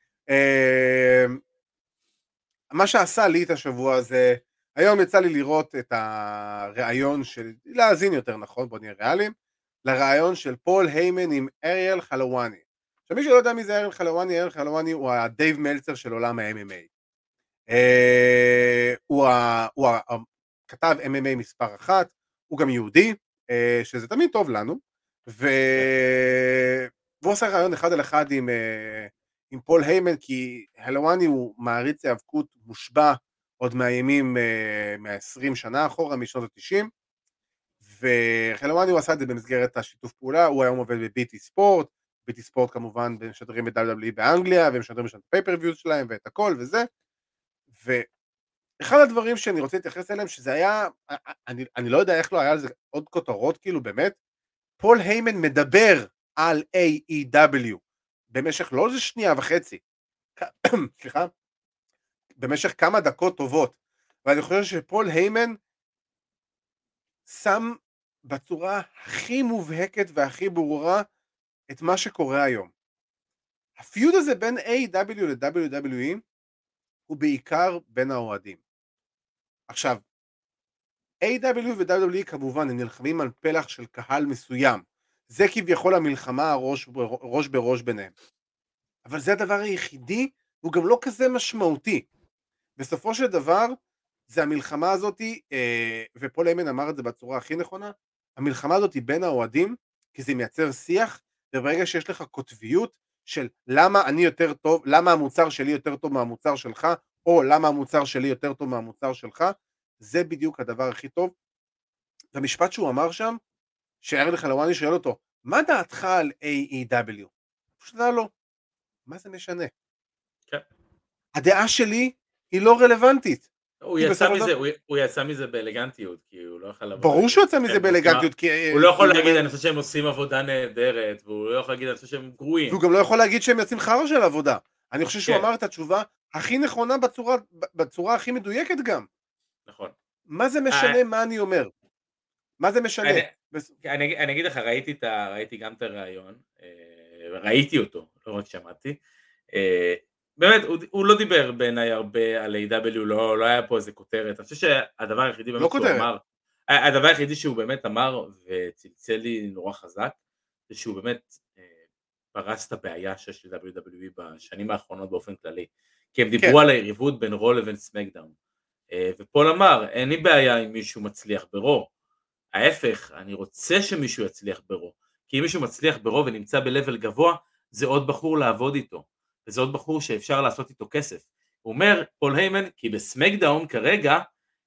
מה שעשה לי את השבוע הזה, היום יצא לי לראות את הרעיון של, להאזין יותר נכון, בוא נהיה ריאליים, לרעיון של פול היימן עם אריאל חלואני. עכשיו מי שלא יודע מי זה אריאל חלואני הוא הדייב מלצר של עולם ה-MMA. הוא כתב MMA מספר 1, הוא גם יהודי, שזה תמיד טוב לנו, והוא עושה רעיון אחד על אחד עם פול היימן, כי חלואני הוא מעריץ האבקות מושבע עוד מהימים, מה-20 שנה אחורה, משנות ה-90, וחלואני הוא עשה את זה במסגרת השיתוף פעולה, הוא היום עובד בביטי ספורט, ביטי ספורט כמובן משדרים ב-WWE באנגליה, והם משדרים בשביל הפייפריוויוז שלהם ואת הכל וזה, ואחד הדברים שאני רוצה להתייחס אליהם, שזה היה, אני לא יודע איך לא היה על זה עוד כותרות, כאילו באמת, פול היימן מדבר על AEW במשך לא איזה שנייה וחצי, סליחה, במשך כמה דקות טובות, ואני חושב שפול היימן שם בצורה הכי מובהקת והכי ברורה את מה שקורה היום. הפיוד הזה בין AEW ל-WWE הוא בעיקר בין האוהדים. עכשיו, AEW ו-WWE כמובן הם נלחמים על פלח של קהל מסוים, זה כביכול המלחמה ראש בראש ביניהם, אבל זה הדבר היחידי, הוא גם לא כזה משמעותי. בסופו של דבר, זה המלחמה הזאת, ופול היימן אמר את זה בצורה הכי נכונה, המלחמה הזאת היא בין האוהדים, כי זה מייצר שיח, וברגע שיש לך כותביות של למה אני יותר טוב, למה המוצר שלי יותר טוב מהמוצר שלך, או למה המוצר שלי יותר טוב מהמוצר שלך, זה בדיוק הדבר הכי טוב. והמשפט שהוא אמר שם, שארל חלואני שואל אותו, מה דעתך על AEW? פשוט לא, מה זה משנה? כן. הדעה שלי היא לא רלוונטית. הוא יצא מזה באלגנטיות, כי הוא לא יכול לבוא... ברור שהוא יצא מזה באלגנטיות, הוא לא יכול להגיד, אני חושב שהם עושים עבודה נהדרת, והוא לא יכול להגיד, אני חושב שהם גרועים. והוא גם לא יכול להגיד שהם יוצאים חרא של עבודה. אני חושב שהוא אמר את התשובה הכי נכונה בצורה הכי מדויקת גם. נכון. מה זה משנה מה אני אומר? מה זה משנה? אני אגיד לך, ראיתי גם את הרעיון, ראיתי אותו, לא רק שמעתי. באמת, הוא לא דיבר בעיניי הרבה על A.W, לא היה פה איזה כותרת. אני חושב שהדבר היחידי באמת שהוא אמר, הדבר היחידי שהוא באמת אמר, וצלצל לי נורא חזק, זה שהוא באמת פרס את הבעיה שיש ל-WWE בשנים האחרונות באופן כללי. כי הם דיברו על היריבות בין רו לבין סמקדאון. ופול אמר, אין לי בעיה אם מישהו מצליח ברו. ההפך, אני רוצה שמישהו יצליח ברו. כי אם מישהו מצליח ברו ונמצא בלבל גבוה, זה עוד בחור לעבוד איתו. וזה עוד בחור שאפשר לעשות איתו כסף. הוא אומר, פול היימן, כי בסמקדאון כרגע,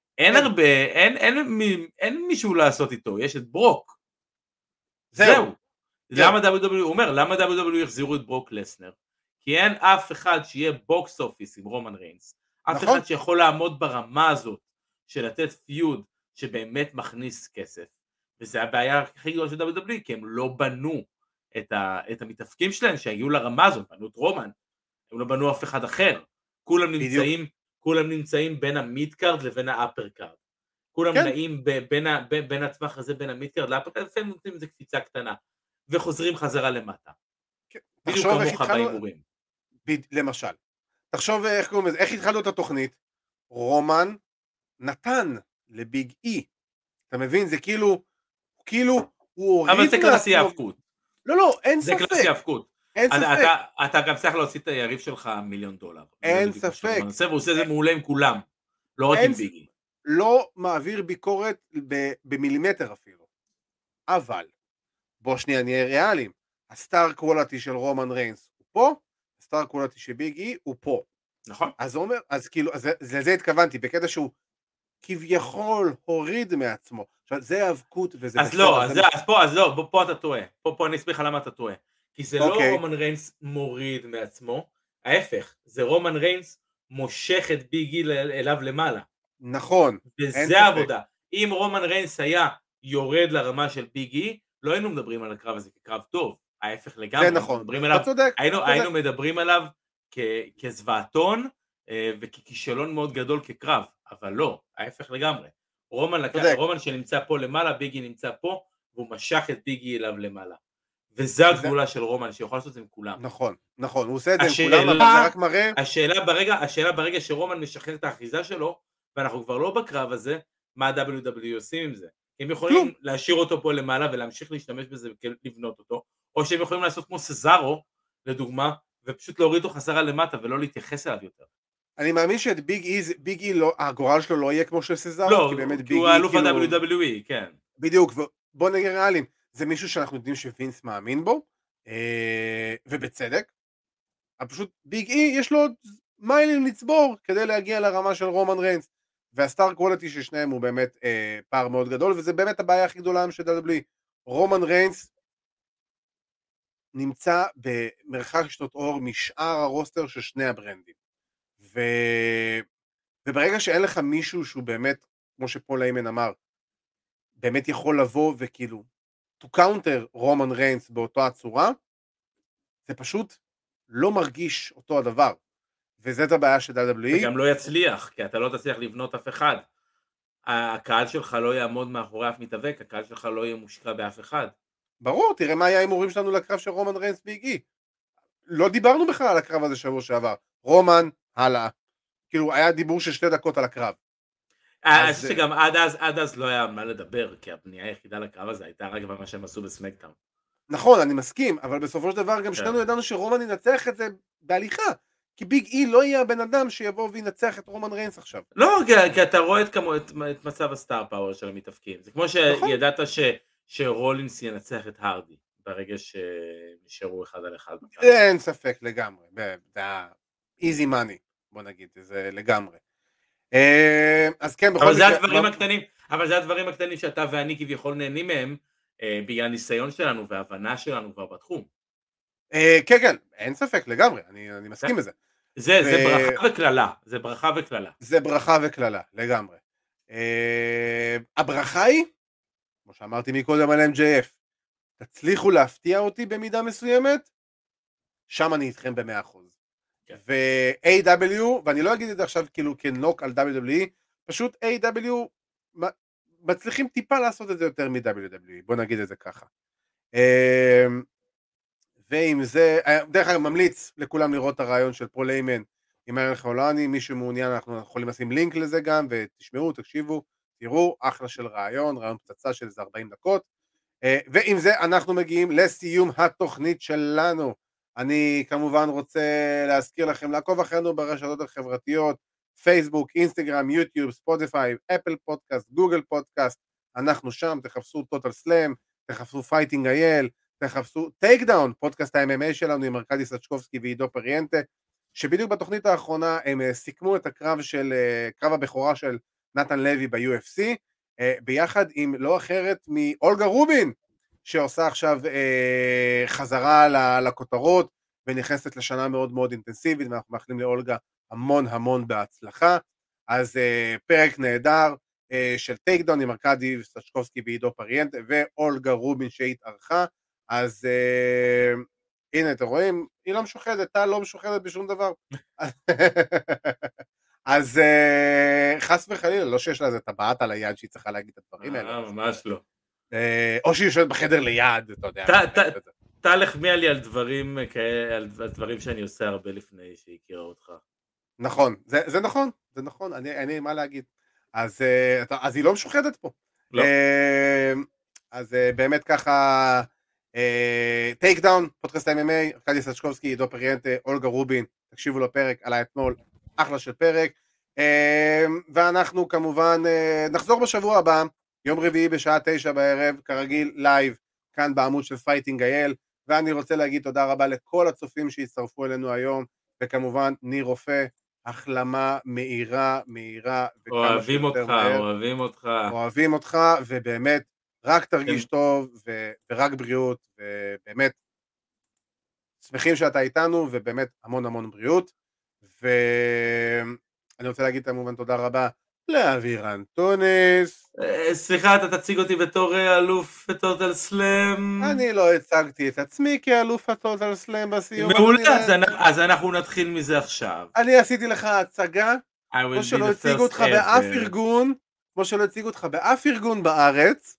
אין מישהו לעשות איתו, יש את ברוק. זהו. למה WWE, הוא אומר, למה WWE יחזירו את ברוק לסנר? כי אין אף אחד שיהיה בוקס אופיס עם רומן ריינס. אף אחד שיכול לעמוד ברמה הזאת, של לתת פיוד שבאמת מכניס כסף. וזה הבעיה הכי גדולה של WWE, כי הם לא בנו את המתאפקים שלהם שהגיעו לרמה הזאת, בנו את רומן. הם לא בנו אף אחד אחר, כולם נמצאים בין המידקארד לבין האפרקארד, כולם נעים בין הטווח הזה, בין המידקארד לאפרקארד, לפעמים נותנים איזה קפיצה קטנה, וחוזרים חזרה למטה, בדיוק כמוך באימורים. למשל, תחשוב איך התחלנו את התוכנית, רומן נתן לביג אי, אתה מבין, זה כאילו, הוא הוריד אבל זה קלאסי האבקות. לא, אין ספק. זה קלאסי האבקות. אין ספק. אתה גם צריך להוציא את היריב שלך $1,000,000. אין ספק. והוא עושה זה מעולה עם כולם, לא רק עם ביגי. לא מעביר ביקורת במילימטר אפילו. אבל, בוא שנייה נהיה ריאליים. הסטאר קוולטי של רומן ריינס הוא פה, הסטאר קוולטי של ביגי הוא פה. נכון. אז הוא אומר, אז כאילו, לזה התכוונתי, בקטע שהוא כביכול הוריד מעצמו. עכשיו, זה האבקות וזה... אז לא, פה אתה טועה. פה אני אסביר לך למה אתה טועה. כי זה לא רומן ריינס מוריד מעצמו, ההפך, זה רומן ריינס מושך את ביגי אליו למעלה. נכון. וזה העבודה. אם רומן ריינס היה יורד לרמה של ביגי, לא היינו מדברים על הקרב הזה כקרב טוב, ההפך לגמרי. זה נכון. היינו מדברים עליו כזוועתון וככישלון מאוד גדול כקרב, אבל לא, ההפך לגמרי. רומן שנמצא פה למעלה, ביגי נמצא פה, והוא משך את ביגי אליו למעלה. וזה הגבולה של רומן, שיכול לעשות את זה עם כולם. נכון, הוא עושה את זה עם כולם, אבל זה רק מראה... השאלה ברגע שרומן משחרר את האחיזה שלו, ואנחנו כבר לא בקרב הזה, מה ה-WWE עושים עם זה? הם יכולים להשאיר אותו פה למעלה, ולהמשיך להשתמש בזה ולבנות אותו, או שהם יכולים לעשות כמו סזארו, לדוגמה, ופשוט להוריד אותו חזרה למטה, ולא להתייחס אליו יותר. אני מאמין שאת ביג אי, הגורל שלו לא יהיה כמו של סזארו, לא, כי הוא האלוף ה-WWE, כן. בדיוק, בוא נגיד ריאליים, זה מישהו שאנחנו יודעים שווינס מאמין בו, ובצדק, פשוט ביג אי יש לו מיילים לצבור כדי להגיע לרמה של רומן ריינס, והסטאר קוולטי של שניהם הוא באמת פער מאוד גדול, וזה באמת הבעיה הכי גדולה של WWE. רומן ריינס נמצא במרחק שנות אור משאר הרוסטר של שני הברנדים, וברגע שאין לך מישהו שהוא באמת, כמו שפול היימן אמר, באמת יכול לבוא וכאילו to counter רומן ריינס באותו הצורה, זה פשוט לא מרגיש אותו הדבר, וזאת הבעיה של WWE. וגם לא יצליח, כי אתה לא תצליח לבנות אף אחד. הקהל שלך לא יעמוד מאחורי אף מתאבק, הקהל שלך לא יהיה מושקע באף אחד. ברור, תראה מה היה ההימורים שלנו לקרב של רומן ריינס ביג-אי. לא דיברנו בכלל על הקרב הזה שבוע שעבר. רומן, הלאה. כאילו, היה דיבור של 2 דקות על הקרב. אני חושב שגם עד אז לא היה מה לדבר, כי הבנייה היחידה לקרב הזה הייתה רק במה שהם עשו בסמקדאון. נכון, אני מסכים, אבל בסופו של דבר גם שנינו ידענו שרומן ינצח את זה בהליכה, כי ביג אי לא יהיה הבן אדם שיבוא וינצח את רומן ריינס עכשיו. לא, כי אתה רואה את מצב הסטאר פאוור של המתאבקים. זה כמו שידעת שרולינס ינצח את הרדי, ברגע שנשארו 1 על 1. אין ספק לגמרי, זה easy money, בוא נגיד, זה לגמרי. אז כן, בכל מקרה... אבל זה הדברים הקטנים שאתה ואני כביכול נהנים מהם, בגלל הניסיון שלנו וההבנה שלנו כבר בתחום. כן, כן, אין ספק לגמרי, אני מסכים בזה. זה ברכה וכללה, זה ברכה וכללה. זה ברכה וכללה, לגמרי. הברכה היא, כמו שאמרתי מקודם על MJF, תצליחו להפתיע אותי במידה מסוימת, שם אני איתכם ב100%. ו-AW, ואני לא אגיד את זה עכשיו כאילו כנוק על WWE, פשוט AW מצליחים טיפה לעשות את זה יותר מ-WWE, בוא נגיד את זה ככה. ועם זה, דרך אגב ממליץ לכולם לראות את הרעיון של פול היימן עם ארן חולני, מישהו מעוניין, אנחנו יכולים לשים לינק לזה גם, ותשמעו, תקשיבו, תראו, אחלה של רעיון פצצה של איזה 40 דקות, ועם זה אנחנו מגיעים לסיום התוכנית שלנו. אני כמובן רוצה להזכיר לכם לעקוב אחרינו ברשתות החברתיות, פייסבוק, אינסטגרם, יוטיוב, ספוטיפיי, אפל פודקאסט, גוגל פודקאסט, אנחנו שם, תחפשו טוטל סלאם, תחפשו פייטינג אייל, תחפשו טייק דאון, פודקאסט ה-MMA שלנו עם ארקדי סצ'קובסקי ועידו פריאנטה, שבדיוק בתוכנית האחרונה הם סיכמו את קרב הבכורה של נתן לוי ב-UFC, ביחד עם לא אחרת מאולגה רובין, שעושה עכשיו חזרה לכותרות, ונכנסת לשנה מאוד מאוד אינטנסיבית, ואנחנו מאחלים לאולגה המון המון בהצלחה. אז פרק נהדר של טייק דאון עם ארקדי סצ'קובסקי ועידו פריאנטה, ואולגה רובין שהתארחה. אז הנה אתם רואים, היא לא משוחדת, אתה לא משוחדת בשום דבר. אז חס וחלילה, לא שיש לה איזה טבעת על היד שהיא צריכה להגיד את הדברים האלה. ממש לא. או שהיא יושבת בחדר ליד, אתה יודע. טל החמיאה לי על דברים שאני עושה הרבה לפני שהיא הכירה אותך. נכון, זה נכון, זה נכון, אני מה להגיד. אז היא לא משוחדת פה. לא. אז באמת ככה, טייק דאון, פודקאסט MMA, ארקדי סצ'קובסקי, עידו פריאנטה, אולגה רובין, תקשיבו לפרק, עלה אתמול, אחלה של פרק, ואנחנו כמובן נחזור בשבוע הבא, יום רביעי בשעה 9 בערב, כרגיל לייב, כאן בעמוד של פייטינג אייל, ואני רוצה להגיד תודה רבה לכל הצופים שהצטרפו אלינו היום, וכמובן ניר רופא, החלמה מהירה, אוהבים אותך, אוהבים אותך, ובאמת, רק תרגיש טוב, ורק בריאות, ובאמת, שמחים שאתה איתנו, ובאמת המון המון בריאות, ואני רוצה להגיד כמובן תודה רבה לאבירן טוניס. סליחה, אתה תציג אותי בתור אלוף הטוטל סלאם. אני לא הצגתי את עצמי כאלוף הטוטל סלאם בסיום. מעולה, אז אנחנו נתחיל מזה עכשיו. אני עשיתי לך הצגה, כמו שלא הציגו אותך באף ארגון, בארץ.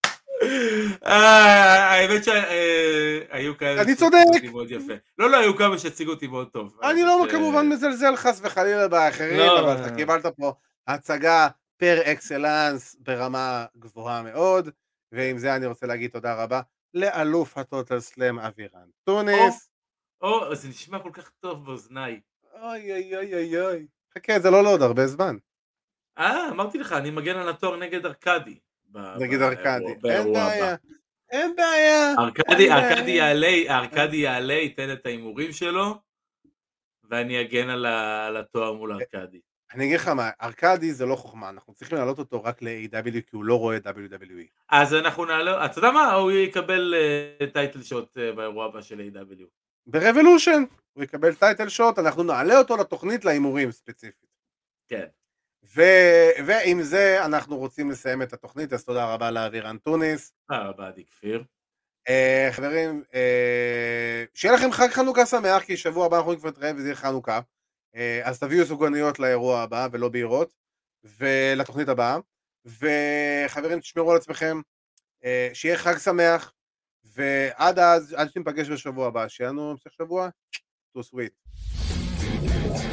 האמת שהיו כאלה אני צודק. מאוד יפה. לא, היו כמה שהציגו אותי מאוד טוב. אני לא כמובן מזלזל חס וחלילה באחרים, אבל אתה קיבלת פה הצגה פר אקסלנס ברמה גבוהה מאוד, ועם זה אני רוצה להגיד תודה רבה לאלוף הטוטל סלאם אבירן טוניס. זה נשמע כל כך טוב באוזניי. אוי, חכה, זה לא עוד הרבה זמן. אמרתי לך, אני מגן על התואר נגד ארקדי. נגד ארקדי, אין בעיה. ארקדי יעלה, ייתן את האימורים שלו, ואני אגן על התואר מול ארקדי. אני אגיד לך מה, ארקדי זה לא חוכמה, אנחנו צריכים להעלות אותו רק ל-AW, כי הוא לא רואה WWE. אז אנחנו נעלה, אתה יודע מה, הוא יקבל טייטל שוט באירוע הבא של AW. ברבולושן, הוא יקבל טייטל שוט, אנחנו נעלה אותו לתוכנית לאימורים ספציפית. כן. ועם זה אנחנו רוצים לסיים את התוכנית, אז תודה רבה לאבירן טוניס. תודה רבה, עדי כפיר. חברים, שיהיה לכם חג חנוכה שמח, כי שבוע הבא אנחנו כבר נתראה וזה יהיה חנוכה, אז תביאו סוגרניות לאירוע הבא ולא בירות, ולתוכנית הבאה, וחברים תשמרו על עצמכם, שיהיה חג שמח, ועד אז, עד שנפגש בשבוע הבא, שיהיה לנו המשך שבוע, to sweet.